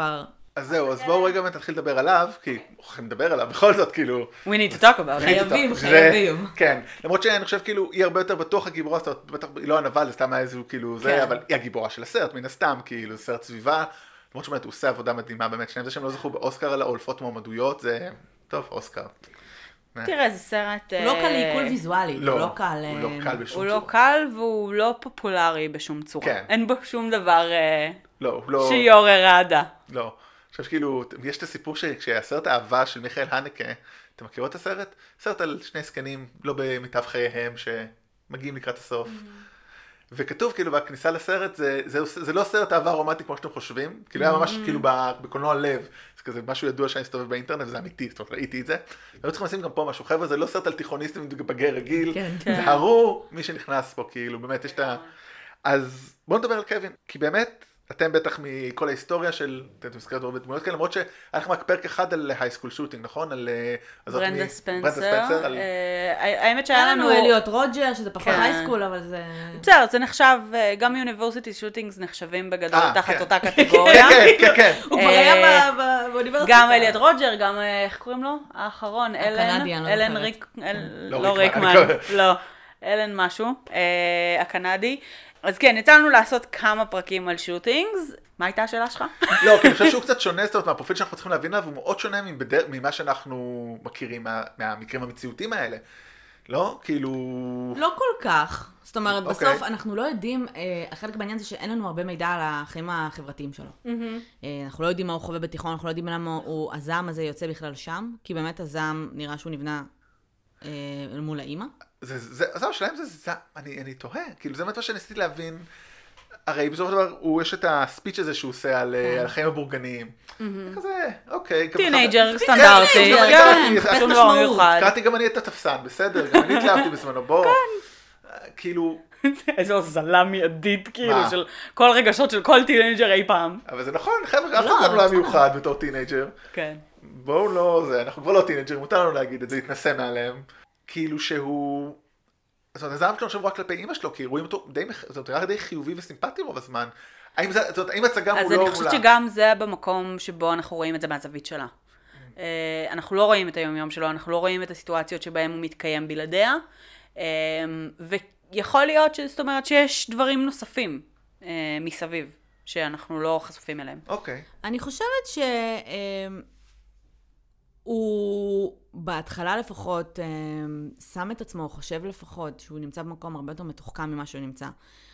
אז זהו, אז בואו רגע נתחיל לדבר עליו, כי אנחנו נדבר עליו, בכל זאת, כאילו... We need to talk about it. חייבים, חייבים. כן, למרות שאני חושב, כאילו, היא הרבה יותר בתוך הגיבורה, זאת אומרת, בטח, היא לא הנבל, זה סתם היה איזשהו, כאילו, זה, אבל היא הגיבורה של הסרט, מן הסתם, כאילו, סרט סביבה, למרות שבאמת, הוא עושה עבודה מדהימה, באמת, שניהם זה שהם לא זכו באוסקר על האולפות מועמדויות, זה, טוב, אוסקר. תראה, זה סרט... הוא לא קל לעיכול ויזואלית, הוא לא קל... הוא לא קל בשום צורה. הוא לא קל והוא לא פופולרי בשום צורה. כן. אין בו שום דבר לא, הוא לא... שיעורר אהדה. לא. עכשיו שכאילו, יש את הסיפור שכשהסרט האהבה של מיכאל הנקה, אתם מכירות את הסרט? סרט על שני זקנים, לא במיטב חייהם, שמגיעים לקראת הסוף. וכתוב כאילו בכניסה לסרט, זה, זה, זה לא סרט אהבה רומנטי כמו שאתם חושבים, כאילו היה ממש כאילו בקולנוע לב, זה כזה משהו ידוע שאני מסתובב באינטרנט, וזה אמיתי, זאת אומרת, ראיתי את זה. והיו צריכים לשים גם פה משהו, חבר'ה, זה לא סרט על תיכוניסטים בגר רגיל, זה הרו מי שנכנס פה, כאילו, באמת יש את ה... אז בואו נדבר על קווין, כי באמת, אתם בטח מכל ההיסטוריה של, אתם מזכירת הרבה דמויות כאלה, למרות שהיה לכם רק פרק אחד על הייסקול שוטינג, נכון? על ברנדה ספנסר. האמת שהיה היה לנו... לנו אליוט רוג'ר, שזה פחות הייסקול, אבל זה... בסדר, זה נחשב, גם יוניברסיטי שוטינגס נחשבים בגדול אה, תחת כן. אותה קטגוריה. כן, כן, כן. הוא כבר היה באוניברסיטה. גם אליוט רוג'ר, גם, איך קוראים לו? האחרון, אלן. הקנדי, אני לא אלן זוכרת. ריק... אל- לא לא ריקמן, ריקמן, אני קורא. לא. אלן משהו, אה, הקנדי. אז כן, יצא לנו לעשות כמה פרקים על שוטינגס. מה הייתה השאלה שלך? לא, כי אני חושב שהוא קצת שונה, זאת אומרת, מהפרופיל שאנחנו צריכים להבין עליו, הוא מאוד שונה מבדר- ממה שאנחנו מכירים מה- מהמקרים המציאותיים האלה. לא? כאילו... לא כל כך. זאת אומרת, אוקיי. בסוף אנחנו לא יודעים, אה, החלק בעניין זה שאין לנו הרבה מידע על החיים החברתיים שלו. אה, אנחנו לא יודעים מה הוא חווה בתיכון, אנחנו לא יודעים למה הוא, הזעם הזה יוצא בכלל שם, כי באמת הזעם נראה שהוא נבנה אה, מול האמא. זה, זה, אז השאלה אם זה זה, אני, אני תוהה, כאילו זה באמת מה שניסיתי להבין, הרי בסופו של דבר, הוא יש את הספיץ' הזה שהוא עושה על, על החיים הבורגניים, כזה, אוקיי. טינג'ר, כן, סטנדרטי, כן, כן, מחפש שום דבר משמעות. מיוחד. קראתי גם אני את התפסן, בסדר, גם אני התלהבתי בזמנו, בוא, כאילו, איזו הוזלה מיידית, כאילו, מה? של כל רגשות של כל טינג'ר אי פעם. אבל זה נכון, חבר'ה, אף לא, אחד גם לא היה בסדר. מיוחד בתור טינג'ר, כן. בואו לא, זה, אנחנו כבר לא טינג'ר, מותר לנו להגיד את זה, להתנסה מעליהם, כאילו שהוא... זאת אומרת, הזעם שלו עכשיו רק כלפי אמא שלו, כי רואים אותו די, זאת אומרת, די חיובי וסימפטי רוב הזמן. האם זה, זאת אומרת, האם הצגה מולו אז מולה? אני חושבת שגם זה במקום שבו אנחנו רואים את זה מהזווית שלה. אנחנו לא רואים את היום-יום שלו, אנחנו לא רואים את הסיטואציות שבהם הוא מתקיים בלעדיה, ויכול להיות, זאת אומרת, שיש דברים נוספים מסביב, שאנחנו לא חשופים אליהם. אוקיי. אני חושבת ש... הוא בהתחלה לפחות שם את עצמו, חושב לפחות שהוא נמצא במקום הרבה יותר מתוחכם ממה שהוא נמצא.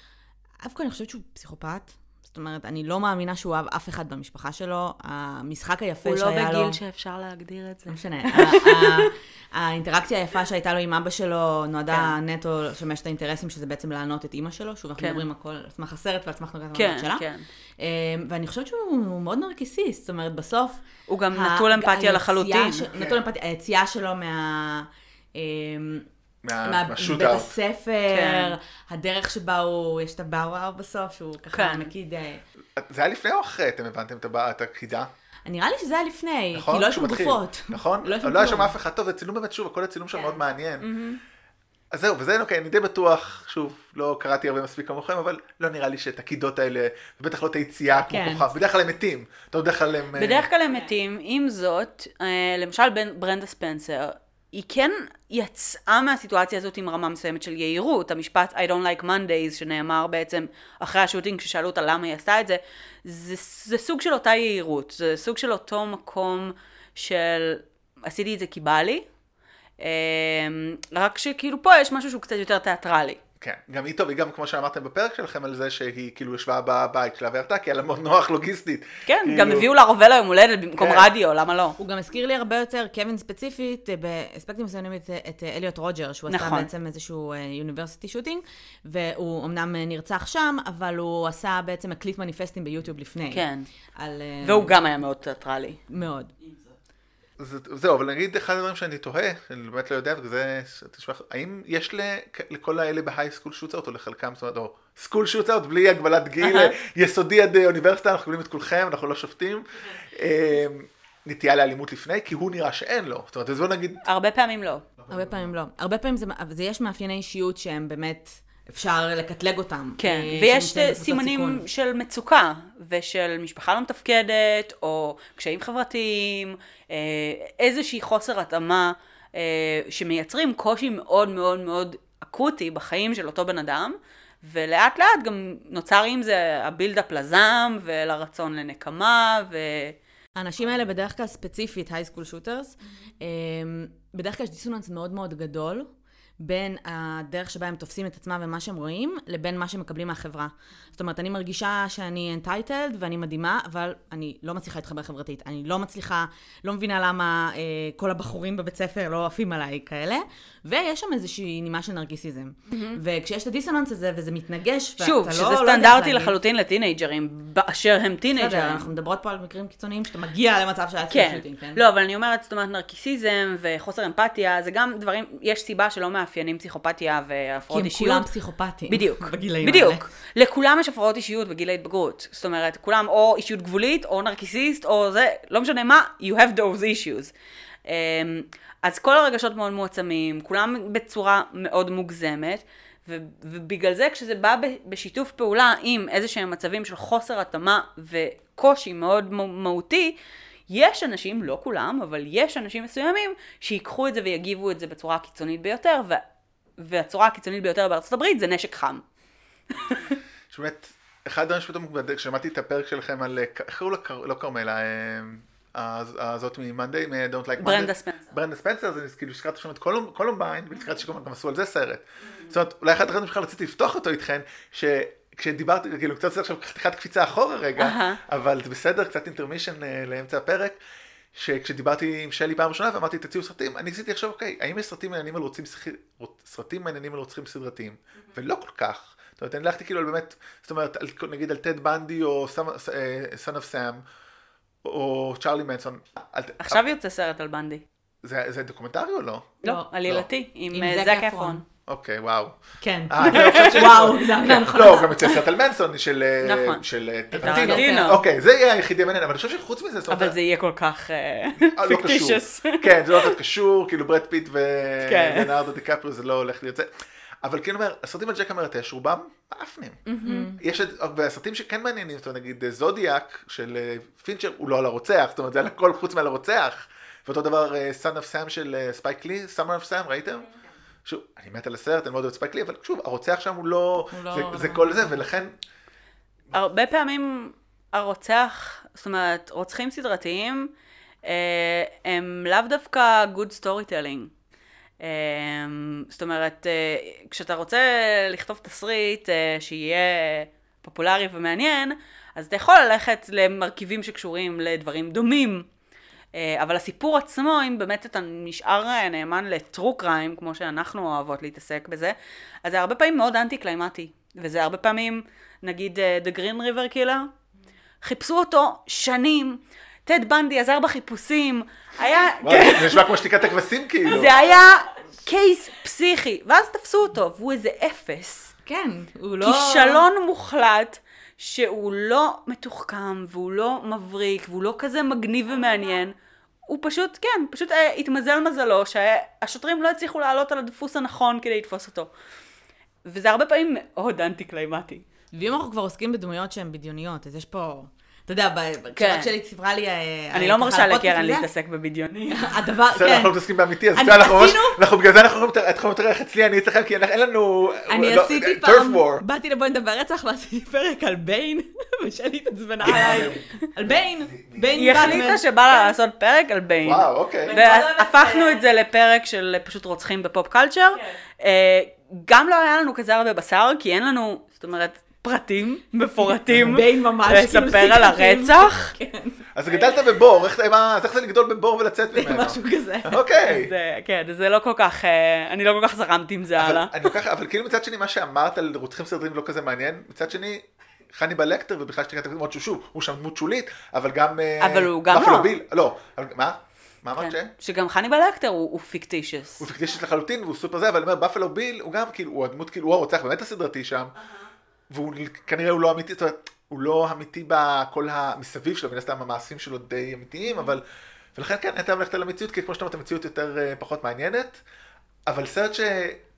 אף כל אני חושבת שהוא פסיכופת. זאת אומרת, אני לא מאמינה שהוא אהב אף אחד במשפחה שלו. המשחק היפה שהיה לו... הוא לא בגיל שאפשר להגדיר את זה. לא משנה. ה- ה- האינטראקציה היפה שהייתה לו עם אבא שלו נועדה נטו לשמש את האינטרסים, שזה בעצם לענות את אימא שלו. שוב, אנחנו כן. מדברים הכל על סמך הסרט ועל סמך נוגעת כן, המדעת שלה. כן. אמ, ואני חושבת שהוא מאוד נרקיסיסט. זאת אומרת, בסוף... הוא גם ה- נטול אמפתיה היציאה לחלוטין. ש- נטול אמפתיה, היציאה שלו מה... אמ, מה- מה- מהשוט מבית אאוט. הספר, כן. הדרך שבה הוא, יש את הבאו-וואו בסוף, שהוא ככה כן. מקיד... אה, זה היה לפני או אחרי, אתם הבנתם את הבא- את החידה? נראה לי שזה היה לפני, נכון? כי לא יש שהוא שם מתחיל. גופות. נכון? לא יש שם אבל לא היה שם כלום. אף אחד טוב, זה צילום באמת שוב, הכל הצילום שם מאוד מעניין. אז זהו, וזה אוקיי, אני די בטוח, שוב, לא קראתי הרבה מספיק כמוכם, אבל לא נראה לי שאת הקידות האלה, ובטח לא את היציאה כמו כן. כוכב, בדרך כלל הם מתים. אתה יודע, בדרך כלל הם... בדרך כלל הם מתים, עם זאת, אה, למשל בין- ברנדה ספנסר, היא כן יצאה מהסיטואציה הזאת עם רמה מסוימת של יהירות. המשפט I don't like Mondays שנאמר בעצם אחרי השוטינג כששאלו אותה למה היא עשתה את זה, זה, זה סוג של אותה יהירות, זה סוג של אותו מקום של עשיתי את זה כי בא לי, אה, רק שכאילו פה יש משהו שהוא קצת יותר תיאטרלי. כן, גם היא טוב, היא גם כמו שאמרתם בפרק שלכם על זה שהיא כאילו ישבה בבית שלה והרתה, כי היה לה מאוד נוח לוגיסטית. כן, כאילו- גם הביאו לה רובה ליום הולדת במקום כן. רדיו, למה לא? הוא גם הזכיר לי הרבה יותר, קווין ספציפית, באספקטים מסוימים את, את אליוט רוג'ר, שהוא עשה נכון. בעצם איזשהו יוניברסיטי שוטינג, והוא אמנם נרצח שם, אבל הוא עשה בעצם הקליט מניפסטים ביוטיוב לפני. כן. על, אה, והוא גם היה מאוד תיאטרלי. מאוד. זה- זהו, אבל נגיד אחד הדברים שאני תוהה, אני באמת לא יודע, וזה, תשמע, האם יש ל- לכל האלה בהיי סקול שוטאוט או לחלקם, זאת אומרת, או סקול שוטאוט בלי הגבלת גיל, יסודי עד אוניברסיטה, אנחנו קובלים את כולכם, אנחנו לא שופטים, אה, נטייה לאלימות לפני, כי הוא נראה שאין לו, זאת אומרת, אז בוא נגיד, הרבה פעמים לא. הרבה פעמים לא. הרבה פעמים זה, זה יש מאפייני אישיות שהם באמת אפשר לקטלג אותם. כן, אה, ויש שנמצאים בקבוצת סימנים סיכון. של מצוקה, ושל משפחה לא מתפקדת, או קשיים חברתיים, אה, איזושהי חוסר התאמה, אה, שמייצרים קושי מאוד מאוד מאוד אקוטי בחיים של אותו בן אדם, ולאט לאט גם נוצר עם זה הבילדאפ לזעם, ולרצון לנקמה, ו... האנשים האלה בדרך כלל ספציפית, הייסקול שוטרס, בדרך כלל יש דיסוננס מאוד מאוד גדול, בין הדרך שבה הם תופסים את עצמם ומה שהם רואים, לבין מה שהם מקבלים מהחברה. זאת אומרת, אני מרגישה שאני entitled ואני מדהימה, אבל אני לא מצליחה להתחבר חברתית. אני לא מצליחה, לא מבינה למה אה, כל הבחורים בבית ספר לא עפים עליי כאלה, ויש שם איזושהי נימה של נרקיסיזם. Mm-hmm. וכשיש את הדיסוננס הזה וזה מתנגש, שוב, שזה לא, סטנדרטי לא לחלוטין לטינג'רים, באשר הם טינג'רים. בסדר, אנחנו מדברות פה על מקרים קיצוניים שאתה מגיע למצב של כן. שוטינג, כן? לא, אבל אני אומרת, זאת אומרת, נרקיסיזם וחוסר אמפתיה, זה גם דברים, יש סיבה שלא מאפיינים פסיכופתיה והפרעות אישיות. כי הם כולם פסיכופתיים. בדיוק. בגילאים בדיוק. האלה. לכולם יש הפרעות אישיות בגיל ההתבגרות. זאת אומרת, כולם או אישיות גבולית, או נרקיסיסט, או זה, לא משנה מה, you have those issues. אז כל הרגשות מאוד מועצמים, כולם בצורה מאוד מוגזמת, ובגלל זה כשזה בא בשיתוף פעולה עם איזה שהם מצבים של חוסר התאמה וקושי מאוד מהותי, יש אנשים, לא כולם, אבל יש אנשים מסוימים שיקחו את זה ויגיבו את זה בצורה הקיצונית ביותר, ו... והצורה הקיצונית ביותר בארצות הברית זה נשק חם. שבאמת, אחד הדברים שפתאום, כששמעתי את הפרק שלכם על, איך קראו לה, לא קרמלה, הזאת מ-Monday, מ-Don't Like Monday. ברנדה ספנסר. ברנדה ספנסר, אז אני כאילו שקראת שם את קולומביין, ונזכרתי שגם עשו על זה סרט. זאת אומרת, אולי אחד הדברים שבכלל רציתי לפתוח אותו איתכן, ש... כשדיברתי, כאילו קצת עושה עכשיו חתיכת קפיצה אחורה רגע, uh-huh. אבל זה בסדר, קצת אינטרמישן לאמצע הפרק, שכשדיברתי עם שלי פעם ראשונה ואמרתי תציעו סרטים, אני ניסיתי עכשיו, אוקיי, האם יש סרטים מעניינים על רוצחים, סרטים מעניינים על רוצחים סדרתיים? ולא כל כך. זאת אומרת, אני הלכתי כאילו על באמת, זאת אומרת, על, נגיד על טד בנדי או סון אוף סאם, או צ'ארלי מנסון. עכשיו יוצא סרט על בנדי. זה, זה דוקומנטרי או לא? לא, עלילתי, עם זק אפרון. אוקיי, וואו. כן. וואו, זה נכון. לא, גם יוצא סרט על מנסון של טרנטינו. אוקיי, זה יהיה היחידי המעניין, אבל אני חושב שחוץ מזה... אבל זה יהיה כל כך פיקטישס. כן, זה לא כל כך קשור, כאילו ברד פיט ולנארדו דיקפריו זה לא הולך להיות זה. אבל כאילו אומר, הסרטים על ג'ק המרטש, רובם מאפנים. יש הסרטים שכן מעניינים, זאת אומרת, נגיד זודיאק של פינצ'ר, הוא לא על הרוצח, זאת אומרת, זה על הכל חוץ מעל הרוצח. ואותו דבר, Son of Sam של ספייק לי, Summer of Sam, ראיתם? שוב, אני מת על הסרט, אני מאוד אוהב ספייק לי, אבל שוב, הרוצח שם הוא לא, זה כל זה, ולכן... הרבה פעמים הרוצח, זאת אומרת, רוצחים סדרתיים, הם לאו דווקא good storytelling. זאת אומרת, כשאתה רוצה לכתוב תסריט שיהיה פופולרי ומעניין, אז אתה יכול ללכת למרכיבים שקשורים לדברים דומים, אבל הסיפור עצמו, אם באמת אתה נשאר נאמן לטרו קריים, כמו שאנחנו אוהבות להתעסק בזה, אז זה הרבה פעמים מאוד אנטי-קליימטי, וזה הרבה פעמים, נגיד, The Green River Killer, חיפשו אותו שנים, טד בנדי עזר בחיפושים, היה... זה נשמע כמו שתיקת הכבשים כאילו. זה היה קייס פסיכי, ואז תפסו אותו, והוא איזה אפס. כן, הוא לא... כישלון מוחלט, שהוא לא מתוחכם, והוא לא מבריק, והוא לא כזה מגניב ומעניין, הוא פשוט, כן, פשוט אה, התמזל מזלו, שהשוטרים לא הצליחו לעלות על הדפוס הנכון כדי לתפוס אותו. וזה הרבה פעמים מאוד אנטי-קליימטי. ואם אנחנו כבר עוסקים בדמויות שהן בדיוניות, אז יש פה... אתה יודע, כשרק שלי סיפרה לי... אני לא מרשה לקרן להתעסק בבדיוני. הדבר, כן. אנחנו מתעסקים באמיתי, אז אנחנו בגלל זה אנחנו יכולים לתארך אצלי, אני אצלכם, כי אין לנו... אני עשיתי פעם, באתי לבוא נדבר רצח, ועשיתי פרק על ביין, ושלי התעצבנה עליי. על ביין, ביין היא החליטה שבא לה לעשות פרק על ביין. וואו, אוקיי. והפכנו את זה לפרק של פשוט רוצחים בפופ קלצ'ר. גם לא היה לנו כזה הרבה בשר, כי אין לנו, זאת אומרת, פרטים מפורטים, לספר על הרצח. אז גדלת בבור, אז איך זה לגדול בבור ולצאת ממנו? משהו כזה. אוקיי. כן, זה לא כל כך, אני לא כל כך זרמתי עם זה הלאה. אבל כאילו מצד שני, מה שאמרת על רוצחים סרטים לא כזה מעניין, מצד שני, חניבל לקטר, ובכלל שתקעת מאוד שושוב, הוא שם דמות שולית, אבל גם... אבל הוא גם לא. לא, מה? מה אמרת ש? שגם חניבל לקטר הוא פיקטישס. הוא פיקטישס לחלוטין, והוא סופר זה, אבל אני אומר, בפלו ביל, הוא גם כאילו, הוא הדמות כאילו, הוא הרוצח באמת הסדרתי שם. והוא כנראה הוא לא אמיתי, זאת אומרת, הוא לא אמיתי בכל המסביב שלו, מן הסתם המעשים שלו די אמיתיים, אבל, ולכן כן, אתה הולכת על המציאות, כי כמו שאתה אומרת, המציאות יותר פחות מעניינת, אבל סרט ש...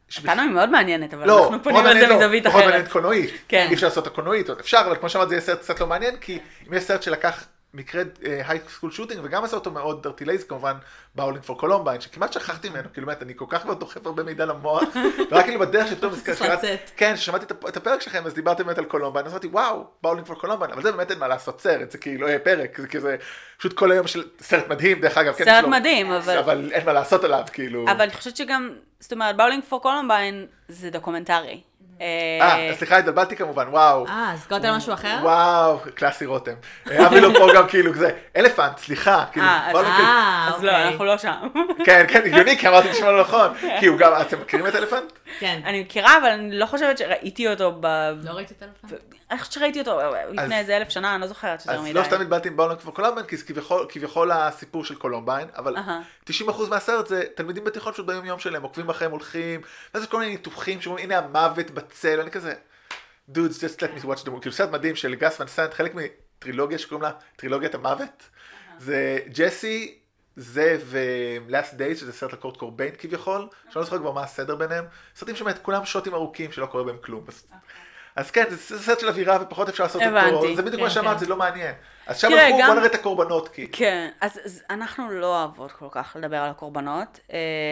אותנו היא מאוד מעניינת, אבל לא, אנחנו פונים לזה מזווית אחרת. פחות מעניינת קולנועית. כן. אי אפשר לעשות את הקולנועית, אפשר, אבל כמו שאמרת, זה יהיה סרט קצת לא מעניין, כי אם יש סרט שלקח מקרה היי סקול שוטינג, וגם עשה אותו מאוד דרטי לייז, כמובן, באולינג פור קולומביין, שכמעט שכחתי ממנו, כאילו, באמת, אני כל כך כבר דוחף הרבה מידע למוח, ורק כאילו בדרך שפתאום כן, ששמעתי את הפרק שלכם, אז דיברתם באמת על קולומביין, אז אמרתי, וואו, באולינג פור קולומביין, אבל זה באמת אין מה לעשות סרט, זה כאילו, לא יהיה פרק, זה כזה, פשוט כל היום של סרט מדהים, דרך אגב, סרט מדהים, אבל... אבל אין מה לעשות עליו, כאילו... אבל אני חושבת שגם, זאת אומרת, באולינג פור קולומביין זה דוקומנטרי. אה, סליחה, התבלבלתי כמובן, וואו. אה, אז קוראת על משהו אחר? וואו, קלאסי רותם. אבי לא פה גם כאילו כזה, אלפנט, סליחה. אה, אז לא, אנחנו לא שם. כן, כן, הגיוני, כי אמרתי לשמוע לא נכון. כי הוא גם, אתם מכירים את אלפנט? כן. אני מכירה, אבל אני לא חושבת שראיתי אותו ב... לא ראיתי את אלפנט? אני חושבת שראיתי אותו לפני איזה אלף שנה, אני לא זוכרת שזה מדי. אז לא סתם התבלתי עם באולינג פור קולומביין, כי זה כביכול הסיפור של קולומביין, אבל תשעים אחוז מהסרט זה תלמידים בתיכון פשוט ביום יום שלהם, עוקבים אחריהם, הולכים, ואז כל מיני ניתוחים שאומרים, הנה המוות בצל, אני כזה, dudes, just let me watch the movie. כאילו סרט מדהים של גס ון סנט, חלק מטרילוגיה שקוראים לה טרילוגיית המוות. זה ג'סי, זה ו-Last Days, שזה סרט לקורט קורביין כביכול, שאני לא זוכר כבר מה הסדר ביניהם. סרטים שבאמת כולם שוטים ארוכים שלא קורה בהם כלום. אז כן, זה סרט של אווירה ופחות אפשר לעשות אותו. זה בדיוק מה שאמרת, זה לא מעניין. אז שם הלכו, בוא נראה את הקורבנות. כן, אז אנחנו לא אוהבות כל כך לדבר על הקורבנות.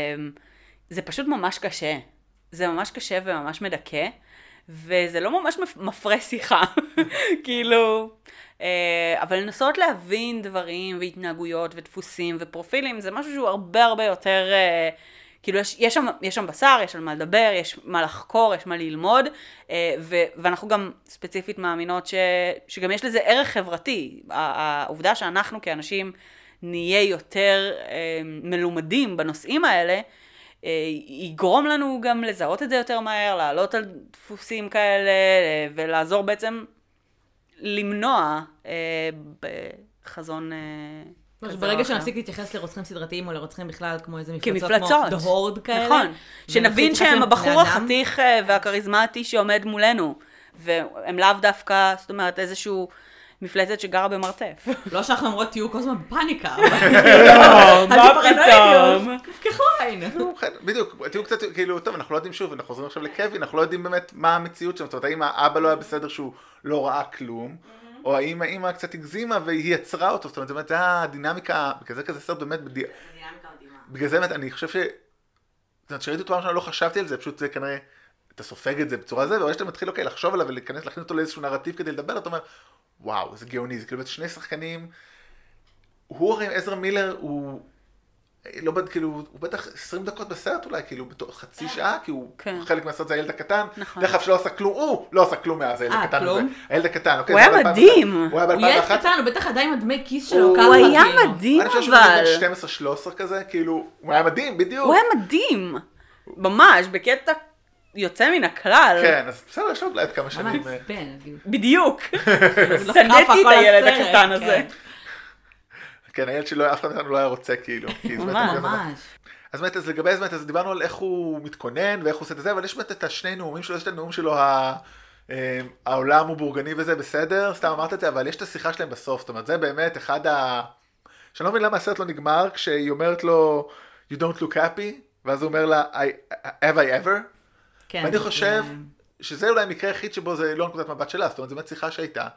זה פשוט ממש קשה. זה ממש קשה וממש מדכא. וזה לא ממש מפרה שיחה, כאילו, אבל לנסות להבין דברים והתנהגויות ודפוסים ופרופילים, זה משהו שהוא הרבה הרבה יותר, כאילו יש, יש, שם, יש שם בשר, יש על מה לדבר, יש מה לחקור, יש מה ללמוד, ו, ואנחנו גם ספציפית מאמינות ש, שגם יש לזה ערך חברתי, העובדה שאנחנו כאנשים נהיה יותר מלומדים בנושאים האלה, יגרום לנו גם לזהות את זה יותר מהר, לעלות על דפוסים כאלה, ולעזור בעצם למנוע בחזון כזה. ברגע שנפסיק להתייחס לרוצחים סדרתיים או לרוצחים בכלל כמו איזה מפלצות, כמפלצות. כמו The Horde כאלה. נכון, שנבין שהם הבחור החתיך והכריזמטי שעומד מולנו, והם לאו דווקא, זאת אומרת, איזשהו מפלצת שגרה במרתף. לא שאנחנו אומרות תהיו כל הזמן בפאניקה. לא, מה פתאום? ככו עין. בדיוק, תהיו קצת, כאילו, טוב, אנחנו לא יודעים שוב, אנחנו חוזרים עכשיו לקווין, אנחנו לא יודעים באמת מה המציאות שם, זאת אומרת, האם האבא לא היה בסדר שהוא לא ראה כלום, או האם האמא קצת הגזימה והיא יצרה אותו, זאת אומרת, זאת אומרת, זה הדינמיקה, בגלל זה כזה סרט באמת, דינמיקה מדהימה. בגלל זה באמת, אני חושב ש... זאת אומרת, שראיתי אותו פעם שאני לא חשבתי על זה, פשוט זה כנראה, אתה סופג את זה בצורה זה, אבל שאתה מתחיל, אוקיי, לחשוב עליו ולהיכנס, להכין אותו לאיזשהו נרטיב כדי לדבר, אתה אומר, וואו, זה גאוני, זה כאילו שני שחקנים, הוא הרי עזרא מילר, הוא לא בד, כאילו, הוא בטח עשרים דקות בסרט אולי, כאילו, בתוך חצי שעה, כי הוא חלק מהסרט זה הילד הקטן, דרך אף שלא עשה כלום, הוא לא עשה כלום מאז הילד הקטן הזה, הילד הקטן, הוא היה מדהים, הוא ילד קטן, הוא בטח עדיין עם הדמי כיס שלו, הוא היה מדהים, אני חושב שהוא היה שתים עשרה שלוש עשרה כזה, כאילו, הוא היה מדהים, בדיוק. הוא היה מדהים, ממש, בקטע יוצא מן הכלל. כן, אז בסדר, יש לו עוד כמה שנים. בדיוק. סנדתי את הילד הקטן הזה. כן, הילד שלו, אף אחד מאיתנו לא היה רוצה, כאילו. ממש. אז באמת, אז לגבי זה, אז דיברנו על איך הוא מתכונן, ואיך הוא עושה את זה, אבל יש באמת את השני נאומים שלו, יש את הנאום שלו, העולם הוא בורגני וזה, בסדר, סתם אמרת את זה, אבל יש את השיחה שלהם בסוף, זאת אומרת, זה באמת אחד ה... שאני לא מבין למה הסרט לא נגמר, כשהיא אומרת לו, you don't look happy, ואז הוא אומר לה, have I ever? ואני חושב שזה אולי מקרה היחיד שבו זה לא נקודת מבט שלה, זאת אומרת, זו באמת שיחה שהייתה,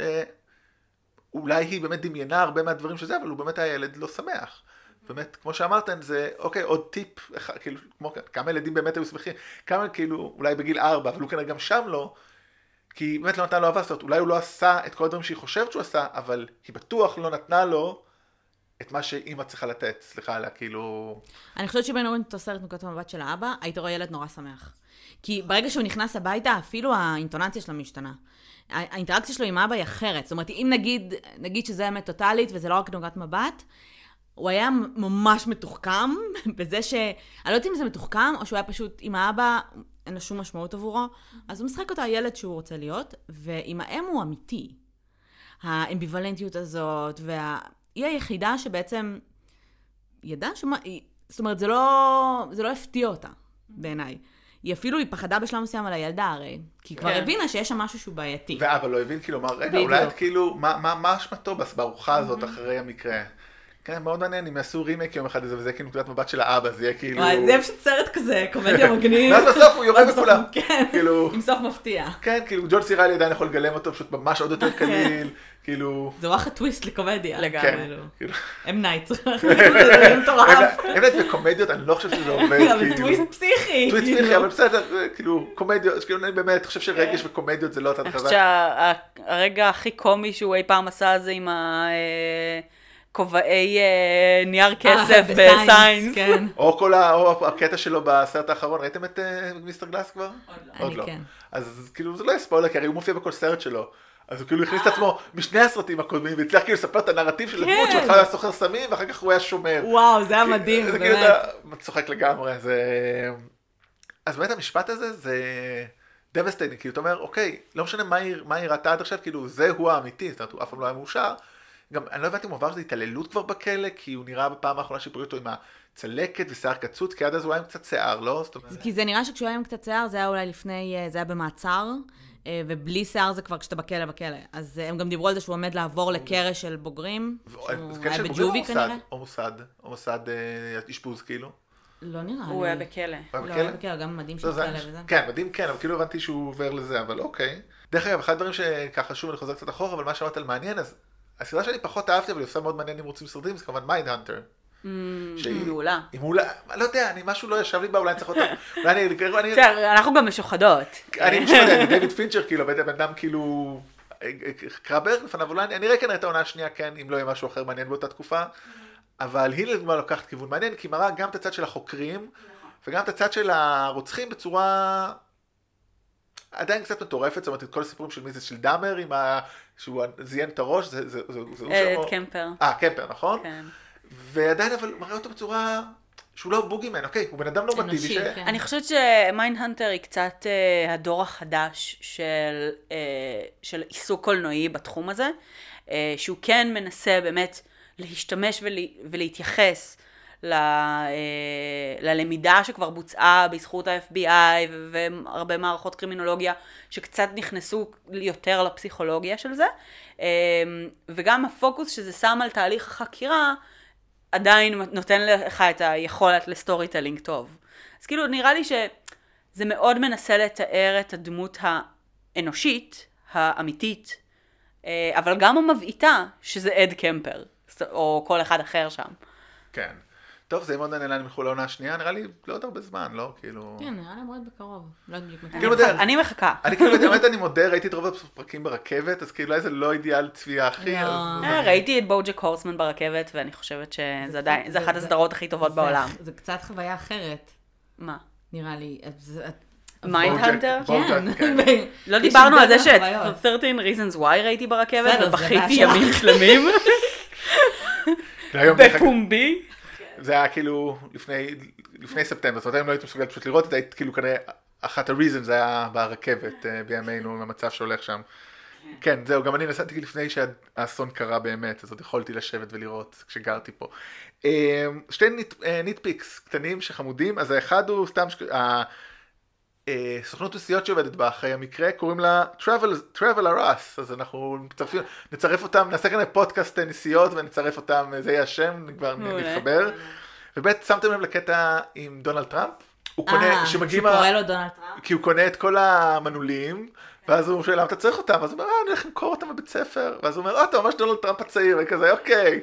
שאולי היא באמת דמיינה הרבה מהדברים שזה, אבל הוא באמת הילד לא שמח. באמת, כמו שאמרתם, זה, אוקיי, עוד טיפ, כאילו, כמו, כמה ילדים באמת היו שמחים, כמה, כאילו, אולי בגיל ארבע, אבל הוא כנראה גם שם לא, כי באמת לא נתנה לו אהבה, זאת אומרת, אולי הוא לא עשה את כל הדברים שהיא חושבת שהוא עשה, אבל היא בטוח לא נתנה לו את מה שאמא צריכה לתת, סליחה עליה, כאילו... אני חושבת שבין אורן תוסר את נקודת המבט של האבא, היית רואה ילד נורא שמח. כי ברגע שהוא נכנס הביתה, אפילו האינטונציה שלו משתנה. האינטראקציה שלו עם האבא היא אחרת. זאת אומרת, אם נגיד, נגיד שזה אמת טוטלית, וזה לא רק נקודת מבט, הוא היה ממש מתוחכם, בזה ש... אני לא יודעת אם זה מתוחכם, או שהוא היה פשוט עם האבא, אין לו שום משמעות עבורו, אז הוא משחק אותו הילד שהוא רוצה להיות, ועם האם הוא אמיתי. האמביוולנטיות הזאת, וה... היא היחידה שבעצם ידעה שמה... זאת אומרת, זה לא, זה לא הפתיע אותה, בעיניי. היא אפילו, היא פחדה בשלב מסוים על הילדה הרי, כי היא כבר הבינה שיש שם משהו שהוא בעייתי. ואבא לא הבין, כאילו, מה, רגע, אולי את כאילו, מה אשמתו בארוחה הזאת אחרי המקרה? כן, מאוד מעניין, אם יעשו רימייק יום אחד לזה, וזה כאילו נקודת מבט של האבא, זה יהיה כאילו... וואי, זה יהיה פשוט סרט כזה, קומדיה מגניב. ואז בסוף הוא יורד בכולם. כן, כאילו... עם סוף מפתיע. כן, כאילו ג'ון סיראלי עדיין יכול לגלם אותו, פשוט ממש עוד יותר קליל, כאילו... זה וואחד טוויסט לקומדיה. לגמרי. הם נייט, זה מטורף. הם נייט בקומדיות, אני לא חושב שזה עובד, אבל טוויסט פסיכי. טוויסט פסיכי, אבל בסדר, כאילו, קומדיות, כאילו, אני באמת חושב שרגש וקומדיות זה לא הצד אני חזק. חושבת שהרגע הכי קומי שהוא אי פעם עשה זה עם הכובעי נייר כסף בסיינס. או כל הקטע שלו בסרט האחרון, ראיתם את מיסטר גלאס כבר? עוד לא. אז כאילו זה לא יהיה ספוילר, כי הרי הוא מופיע בכל סרט שלו. אז הוא כאילו הכניס את עצמו משני הסרטים הקודמים, והצליח כאילו לספר את הנרטיב של הדמות, שהוא היה סוחר סמים, ואחר כך הוא היה שומר. וואו, זה היה מדהים, באמת. זה כאילו אתה צוחק לגמרי. אז באמת המשפט הזה זה devastating, כאילו אתה אומר, אוקיי, לא משנה מה היא ראתה עד עכשיו, כאילו זה הוא האמיתי, זאת אומרת, הוא אף פעם לא היה מאושר. גם אני לא הבנתי אם הוא עבר שזה התעללות כבר בכלא, כי הוא נראה בפעם האחרונה שפריעו אותו עם הצלקת ושיער קצוץ, כי עד אז הוא היה עם קצת שיער, לא? כי זה נראה שכשהוא היה עם קצת שיער, זה היה אולי לפני, זה היה במעצר. ובלי שיער זה כבר כשאתה בכלא בכלא. אז הם גם דיברו על זה שהוא עומד לעבור לקרש של בוגרים. הוא היה בג'ובי כנראה. או מוסד, או מוסד אשפוז כאילו. לא נראה. הוא היה בכלא. לא, היה בכלא, גם מדהים של כלא וזה. כן, מדהים כן, אבל כאילו הבנתי שהוא עובר לזה, אבל אוקיי. דרך אגב, אחד הדברים שככה שוב אני חוזר קצת אחורה, אבל מה שאמרת על מעניין, אז הסדרה שאני פחות אהבתי, אבל היא עושה מאוד מעניין אם רוצים סרטים, זה כמובן מיינדהנטר. היא מעולה. היא מעולה, לא יודע, אני משהו לא ישב לי בה, אולי אני צריך אותה. אנחנו גם משוחדות. אני משוחדת, דיוויד פינצ'ר, כאילו, בן אדם כאילו, קרא בערך לפניו, אולי אני אראה כן את העונה השנייה, כן, אם לא יהיה משהו אחר מעניין באותה תקופה, אבל היא לדוגמה לוקחת כיוון מעניין, כי מראה גם את הצד של החוקרים, וגם את הצד של הרוצחים בצורה עדיין קצת מטורפת, זאת אומרת, את כל הסיפורים של מי זה של דאמר, שהוא זיין את הראש, זה הוא שם... את קמפר. אה, קמפר, נכון? כן. ועדיין אבל מראה אותו בצורה שהוא לא בוגימן, אוקיי, הוא בן אדם נורמטיבי. ש... כן. אני חושבת שמיינדהנטר היא קצת uh, הדור החדש של, uh, של עיסוק קולנועי בתחום הזה, uh, שהוא כן מנסה באמת להשתמש ולה, ולהתייחס ל, uh, ללמידה שכבר בוצעה בזכות ה-אף בי איי והרבה מערכות קרימינולוגיה שקצת נכנסו יותר לפסיכולוגיה של זה, uh, וגם הפוקוס שזה שם על תהליך החקירה, עדיין נותן לך את היכולת לסטורי טלינג טוב. אז כאילו נראה לי שזה מאוד מנסה לתאר את הדמות האנושית, האמיתית, אבל גם המבעיטה, שזה אד קמפר, או כל אחד אחר שם. כן. טוב, זה מאוד מעניין, אני מחול לעונה השנייה, נראה לי לא עוד הרבה זמן, לא? כאילו... כן, נראה לי מאוד בקרוב. אני מחכה. אני כאילו, באמת אני מודה, ראיתי את רוב הפרקים ברכבת, אז כאילו איזה לא אידיאל צפייה הכי... ראיתי את בוג'ק הורסמן ברכבת, ואני חושבת שזה עדיין, זה אחת הסדרות הכי טובות בעולם. זה קצת חוויה אחרת. מה? נראה לי. מיינדהנטר? כן. לא דיברנו על זה שאת שלוש עשרה Reasons Why ראיתי ברכבת, ובכיתי ימים שלמים. בפומבי. זה היה כאילו לפני, לפני ספטמבר, זאת אומרת, אם לא הייתם מסוגלת פשוט לראות את זה, היית כאילו כנראה, אחת ה-reasons זה היה ברכבת בימינו, עם המצב שהולך שם. כן, זהו, גם אני נסעתי לפני שהאסון קרה באמת, אז עוד יכולתי לשבת ולראות כשגרתי פה. שתי ניטפיקס קטנים שחמודים, אז האחד הוא סתם, סוכנות נסיעות שעובדת בה, אחרי המקרה, קוראים לה Traveler Us, אז אנחנו נצרף אותם, נעשה כאן פודקאסט נסיעות ונצרף אותם, זה יהיה השם, כבר נתחבר. ובאמת שמתם לב לקטע עם דונלד טראמפ, הוא קונה, שקורא לו דונלד טראמפ? כי הוא קונה את כל המנעולים, ואז הוא שואל, למה אתה צריך אותם? אז הוא אומר, אה, אני הולך למכור אותם בבית ספר. ואז הוא אומר, אה, אתה ממש דונלד טראמפ הצעיר, וכזה, אוקיי.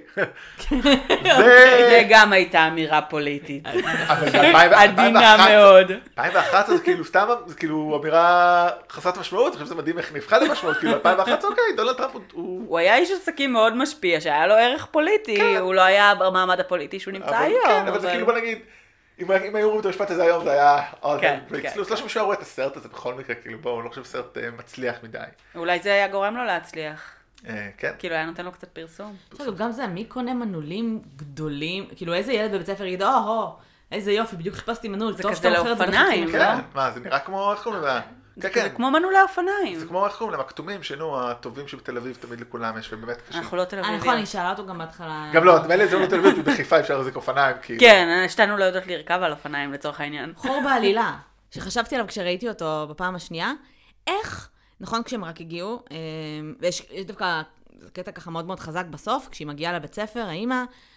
זה גם הייתה אמירה פוליטית. עדינה מאוד. אלפיים ואחת עשרה זה כאילו סתם, זה כאילו אמירה חסרת משמעות, אני חושב שזה מדהים איך נבחן למשמעות, כאילו אלפיים ואחת עשרה, אוקיי, דונלד טראמפ הוא... הוא היה איש עסקים מאוד משפיע, שהיה לו ערך פוליטי, הוא לא היה במעמד הפוליטי שהוא נמצא היום. כן, אבל זה כאילו, בוא נגיד, אם היו רואים את המשפט הזה היום, זה היה... לא שמישהו רואה את הסרט הזה בכל מקרה, כאילו בואו, אני לא חושב סרט מצליח מדי. אולי זה היה גורם לו להצליח. כן. כאילו היה נותן לו קצת פרסום. גם זה, מי קונה מנעולים גדולים? כאילו איזה ילד בבית ספר יגיד, או, איזה יופי, בדיוק חיפשתי מנעול. זה כזה לאופניים, לא? מה, זה נראה כמו, איך קוראים לזה? זה כמו מנעולי אופניים. זה כמו, איך קוראים להם, הכתומים שנו, הטובים שבתל אביב תמיד לכולם יש, ובאמת קשים. אנחנו לא תל אביביות. נכון, אני שאלה אותו גם בהתחלה. גם לא, תמיד זה לא תל אביב, בחיפה אפשר להחזיק אופניים, כאילו. כן, שתינו לא יודעות לרכב על אופניים לצורך העניין. חור בעלילה, שחשבתי עליו כשראיתי אותו בפעם השנייה, איך, נכון כשהם רק הגיעו, ויש דווקא קטע ככה מאוד מאוד חזק בסוף, כשהיא מגיעה לבית ספר, האמא,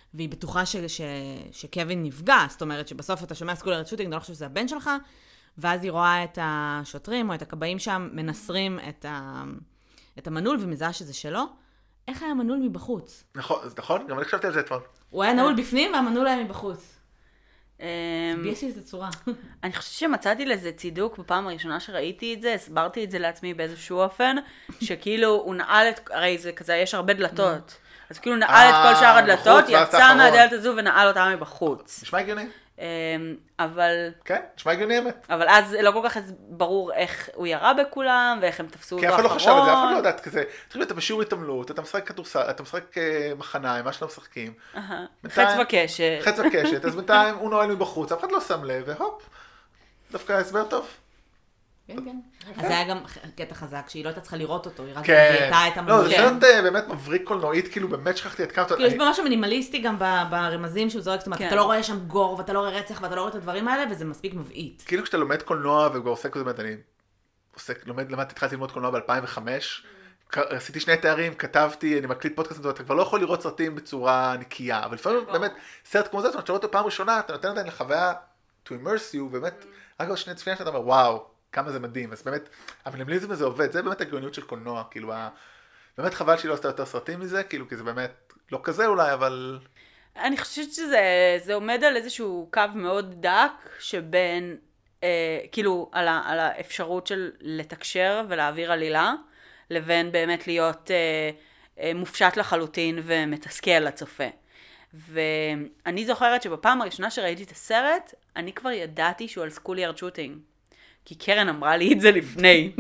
והיא בטוחה ש, ש, שקווין נפגע, זאת אומרת שבסוף אתה שומע סקולר שוטינג, אתה לא חושב שזה הבן שלך, ואז היא רואה את השוטרים או את הכבאים שם מנסרים את, ה, את המנעול ומזהה שזה שלו. איך היה מנעול מבחוץ? נכון, נכון, גם אני חשבתי על זה אתמול. הוא היה נעול בפנים והמנעול היה מבחוץ. אמ, יש לי איזה צורה. אני חושבת שמצאתי לזה צידוק בפעם הראשונה שראיתי את זה, הסברתי את זה לעצמי באיזשהו אופן, שכאילו הוא נעל את, הרי זה כזה, יש הרבה דלתות. אז כאילו נעל את כל שאר הדלתות, יצא מהדלת הזו ונעל אותה מבחוץ. נשמע הגיוני? אבל... כן, נשמע הגיוני אמת. אבל אז לא כל כך ברור איך הוא ירה בכולם, ואיך הם תפסו אותו כי אף אחד אחרון. לא חשב על זה, אף אחד לא יודעת כזה. צריך להיות בשיעור התעמלות, אתה משחק כדורסל, אתה משחק מחניים, מה שאתם משחקים. חץ וקשת. חץ וקשת, אז בינתיים הוא נועל מבחוץ, אף אחד לא שם לב, והופ, דווקא הסבר טוב. כן, כן. אז זה היה גם קטע חזק, שהיא לא הייתה צריכה לראות אותו, היא רק כן. ראיתה את לא, המנעול. זה סרט באמת מבריק קולנועית, כאילו באמת שכחתי את כמה... כאילו יש במשהו מינימליסטי גם ברמזים שהוא זורק, זאת אומרת, אתה לא רואה שם גור, ואתה לא רואה רצח, ואתה לא רואה את הדברים האלה, וזה מספיק מבעית. כאילו כשאתה לומד קולנוע וכבר עוסק כזה, אני עוסק, לומד, למדתי, התחלתי ללמוד קולנוע ב-אלפיים וחמש, עשיתי שני תארים, כתבתי, אני מקליט פודקאסט, אתה כבר לא יכול לראות סרטים בצורה נקייה, אבל לפעמים באמת סרט כמו זה, זאת אומרת, שאתה רואה אותו פעם ראשונה, אתה נותן עדיין לחוויה to immerse you, באמת, רק בשני צפייה שאתה אומר, וואו, כמה זה מדהים, אז באמת, המינימליזם הזה עובד, זה באמת הגאוניות של קולנוע, כאילו, באמת חבל שהיא לא עשתה יותר סרטים מזה, כאילו, כי זה באמת לא כזה אולי, אבל... אני חושבת שזה זה עומד על איזשהו קו מאוד דק, שבין, אה, כאילו, על, ה, על האפשרות של לתקשר ולהעביר עלילה, לבין באמת להיות אה, אה, מופשט לחלוטין ומתסכל לצופה. ואני זוכרת שבפעם הראשונה שראיתי את הסרט, אני כבר ידעתי שהוא על סקוליארד שוטינג. כי קרן אמרה לי את זה לפני.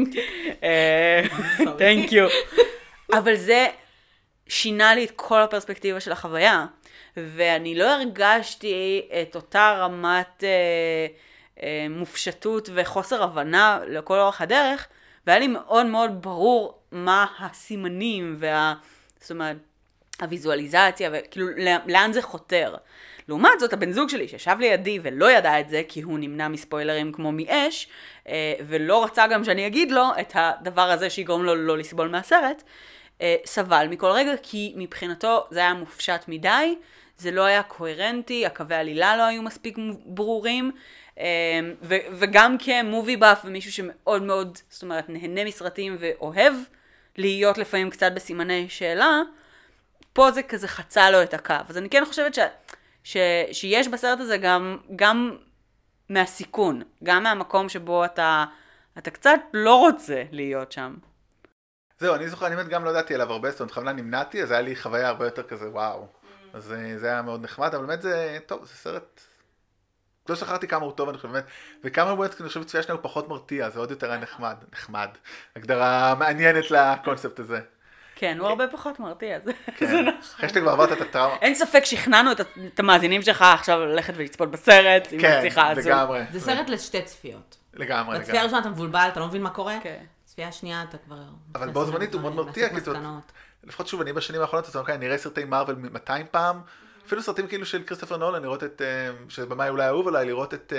Thank you. אבל זה שינה לי את כל הפרספקטיבה של החוויה. ואני לא הרגשתי את אותה רמת אה, אה, מופשטות וחוסר הבנה לכל אורך הדרך, והיה לי מאוד מאוד ברור מה הסימנים וה... זאת אומרת, הוויזואליזציה, וכאילו לאן זה חותר. לעומת זאת, הבן זוג שלי שישב לידי ולא ידע את זה, כי הוא נמנע מספוילרים כמו מאש, ולא רצה גם שאני אגיד לו את הדבר הזה שיגרום לו לא לסבול מהסרט, סבל מכל רגע, כי מבחינתו זה היה מופשט מדי, זה לא היה קוהרנטי, הקווי עלילה לא היו מספיק ברורים, ו- וגם כמובי באף ומישהו שמאוד מאוד, זאת אומרת, נהנה מסרטים ואוהב להיות לפעמים קצת בסימני שאלה, פה זה כזה חצה לו את הקו. אז אני כן חושבת ש... ש... שיש בסרט הזה גם, גם מהסיכון, גם מהמקום שבו אתה, אתה קצת לא רוצה להיות שם. זהו, אני זוכר, אני באמת גם לא ידעתי עליו הרבה, זאת אומרת, חבלה נמנעתי, אז היה לי חוויה הרבה יותר כזה, וואו. אז זה היה מאוד נחמד, אבל באמת זה, טוב, זה סרט... לא שכחתי כמה הוא טוב, אני חושב, באמת, וכמה הוא באמת, אני חושב, צפייה שנייה הוא פחות מרתיע, זה עוד יותר היה נחמד, נחמד. הגדרה מעניינת לקונספט הזה. כן, הוא הרבה פחות מרתיע, זה נכון. אחרי שאתה כבר עברת את הטראומה. אין ספק שכנענו את המאזינים שלך עכשיו ללכת ולצפות בסרט, עם השיחה הזו. כן, לגמרי. זה סרט לשתי צפיות. לגמרי, לגמרי. בצפייה הראשונה אתה מבולבל, אתה לא מבין מה קורה. כן. צפייה השנייה אתה כבר... אבל בו זמנית הוא מאוד מרתיע, כי זאת... לפחות שוב, אני בשנים האחרונות, אני רואה סרטי מארוול מאתיים פעם, אפילו סרטים כאילו של כריסטופר נולן, לראות את... שבמה אולי אהוב עליי, לראות את...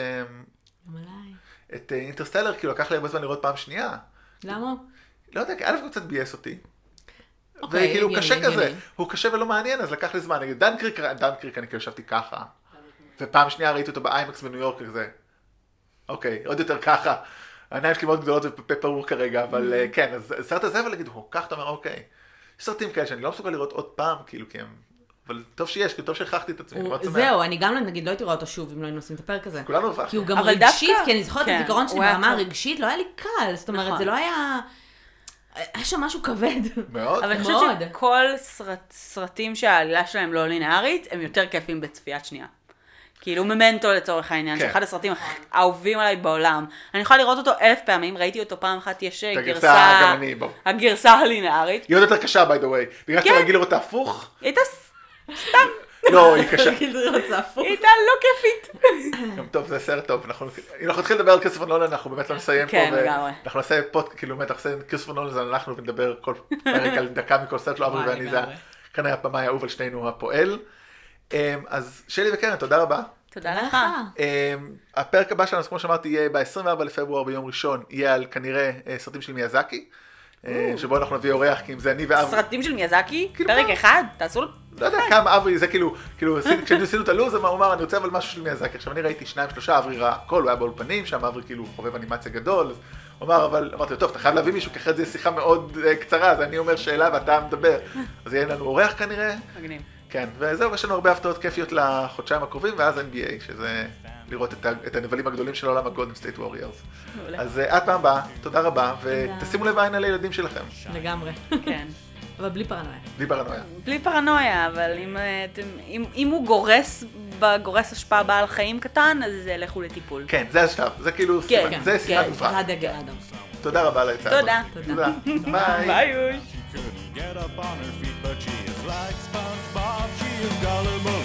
את אינטרסטלר, כאילו לקח לי הרבה זמן לראות פעם שנייה. למה? לא יודע, א' קצת בייס אותי. וכאילו הוא קשה כזה, הוא קשה ולא מעניין, אז לקח לי זמן, נגיד דנקריק, דנקריק אני כאילו ישבתי ככה, ופעם שנייה ראיתי אותו באיימקס בניו יורק כזה, אוקיי, עוד יותר ככה, העיניים שלי מאוד גדולות ופה פעור כרגע, אבל כן, אז סרט הזה ולהגיד, הוא כך, אתה אומר, אוקיי, יש סרטים כאלה שאני לא מסוגל לראות עוד פעם, כאילו, כי הם, אבל טוב שיש, כי טוב שהכרחתי את עצמי, זהו, אני גם נגיד לא הייתי רואה אותו שוב, אם לא היינו עושים את הפרק הזה, כולנו הופך, כי הוא גם רגשית, כי אני זוכרת את הזיכרון שלי ברמה הרגשית, לא היה לי קל, זאת אומרת, זה לא היה... היה שם משהו כבד. מאוד. אבל אני חושבת שכל סרט, סרטים שהעלילה שלהם לא לינארית, הם יותר כיפים בצפיית שנייה. כאילו ממנטו לצורך העניין, כן. שאחד הסרטים האהובים עליי בעולם. אני יכולה לראות אותו אלף פעמים, ראיתי אותו פעם אחת, יש גרסה, גם אני, בוא. הגרסה הלינארית. היא עוד יותר קשה, by the way. בגלל שאתה רגיל לראות הפוך. היא הייתה סתם. לא, היא קשה. היא הייתה לא כיפית. גם טוב, זה סרט טוב. אנחנו נתחיל לדבר על כריסטופר נולן, אנחנו באמת לא נסיים פה. כן, לגמרי. אנחנו נעשה פודקאסט, כאילו באמת, אנחנו נעשה כריסטופר נולן, אז אנחנו נדבר כל פרק על דקה מכל סרט, לא אברי ואני, זה כנראה הפעמי האהוב על שנינו הפועל. אז שלי וקרן, תודה רבה. תודה לך. הפרק הבא שלנו, כמו שאמרתי, יהיה ב-עשרים וארבעה לפברואר ביום ראשון, יהיה על כנראה סרטים של מיאזקי. שבו אנחנו נביא אורח, כי אם זה אני ואברי. סרטים של מיאזקי? כאילו פרק מה? אחד? תעשו... לא יודע כמה אברי, זה כאילו, כאילו, כשאני עשינו את הלוז, הוא אמר, אני רוצה אבל משהו של מיאזקי. עכשיו אני ראיתי שניים, שלושה, אברי ראה הכל, הוא היה באולפנים, שם אברי כאילו חובב אנימציה גדול. הוא אמר, אבל אמרתי לו, טוב, אתה חייב להביא מישהו, כי אחרת זה שיחה מאוד קצרה, אז אני אומר שאלה ואתה מדבר. אז יהיה לנו אורח כנראה. מגניב. כן, וזהו, יש לנו הרבה הפתעות כיפיות לחודשיים הקרובים, ואז אן בי איי, שזה לראות את, ה- את הנבלים הגדולים של העולם הגולדן סטייט ווריורס. אז עד פעם הבאה, תודה רבה, ותשימו לב עין על הילדים שלכם. לגמרי. כן. אבל בלי פרנויה. בלי פרנויה. בלי פרנויה, אבל אם, אתם, אם, אם הוא גורס, גורס השפעה בעל חיים קטן, אז לכו לטיפול. כן, זה השלב, זה כאילו, כן, סימן, כן, זה סימן כן, מובהק. זה הדגל האדום. תודה רבה על העצה. תודה. תודה. ביי. ביי. Couldn't get up on her feet, but she is like SpongeBob. She is gullible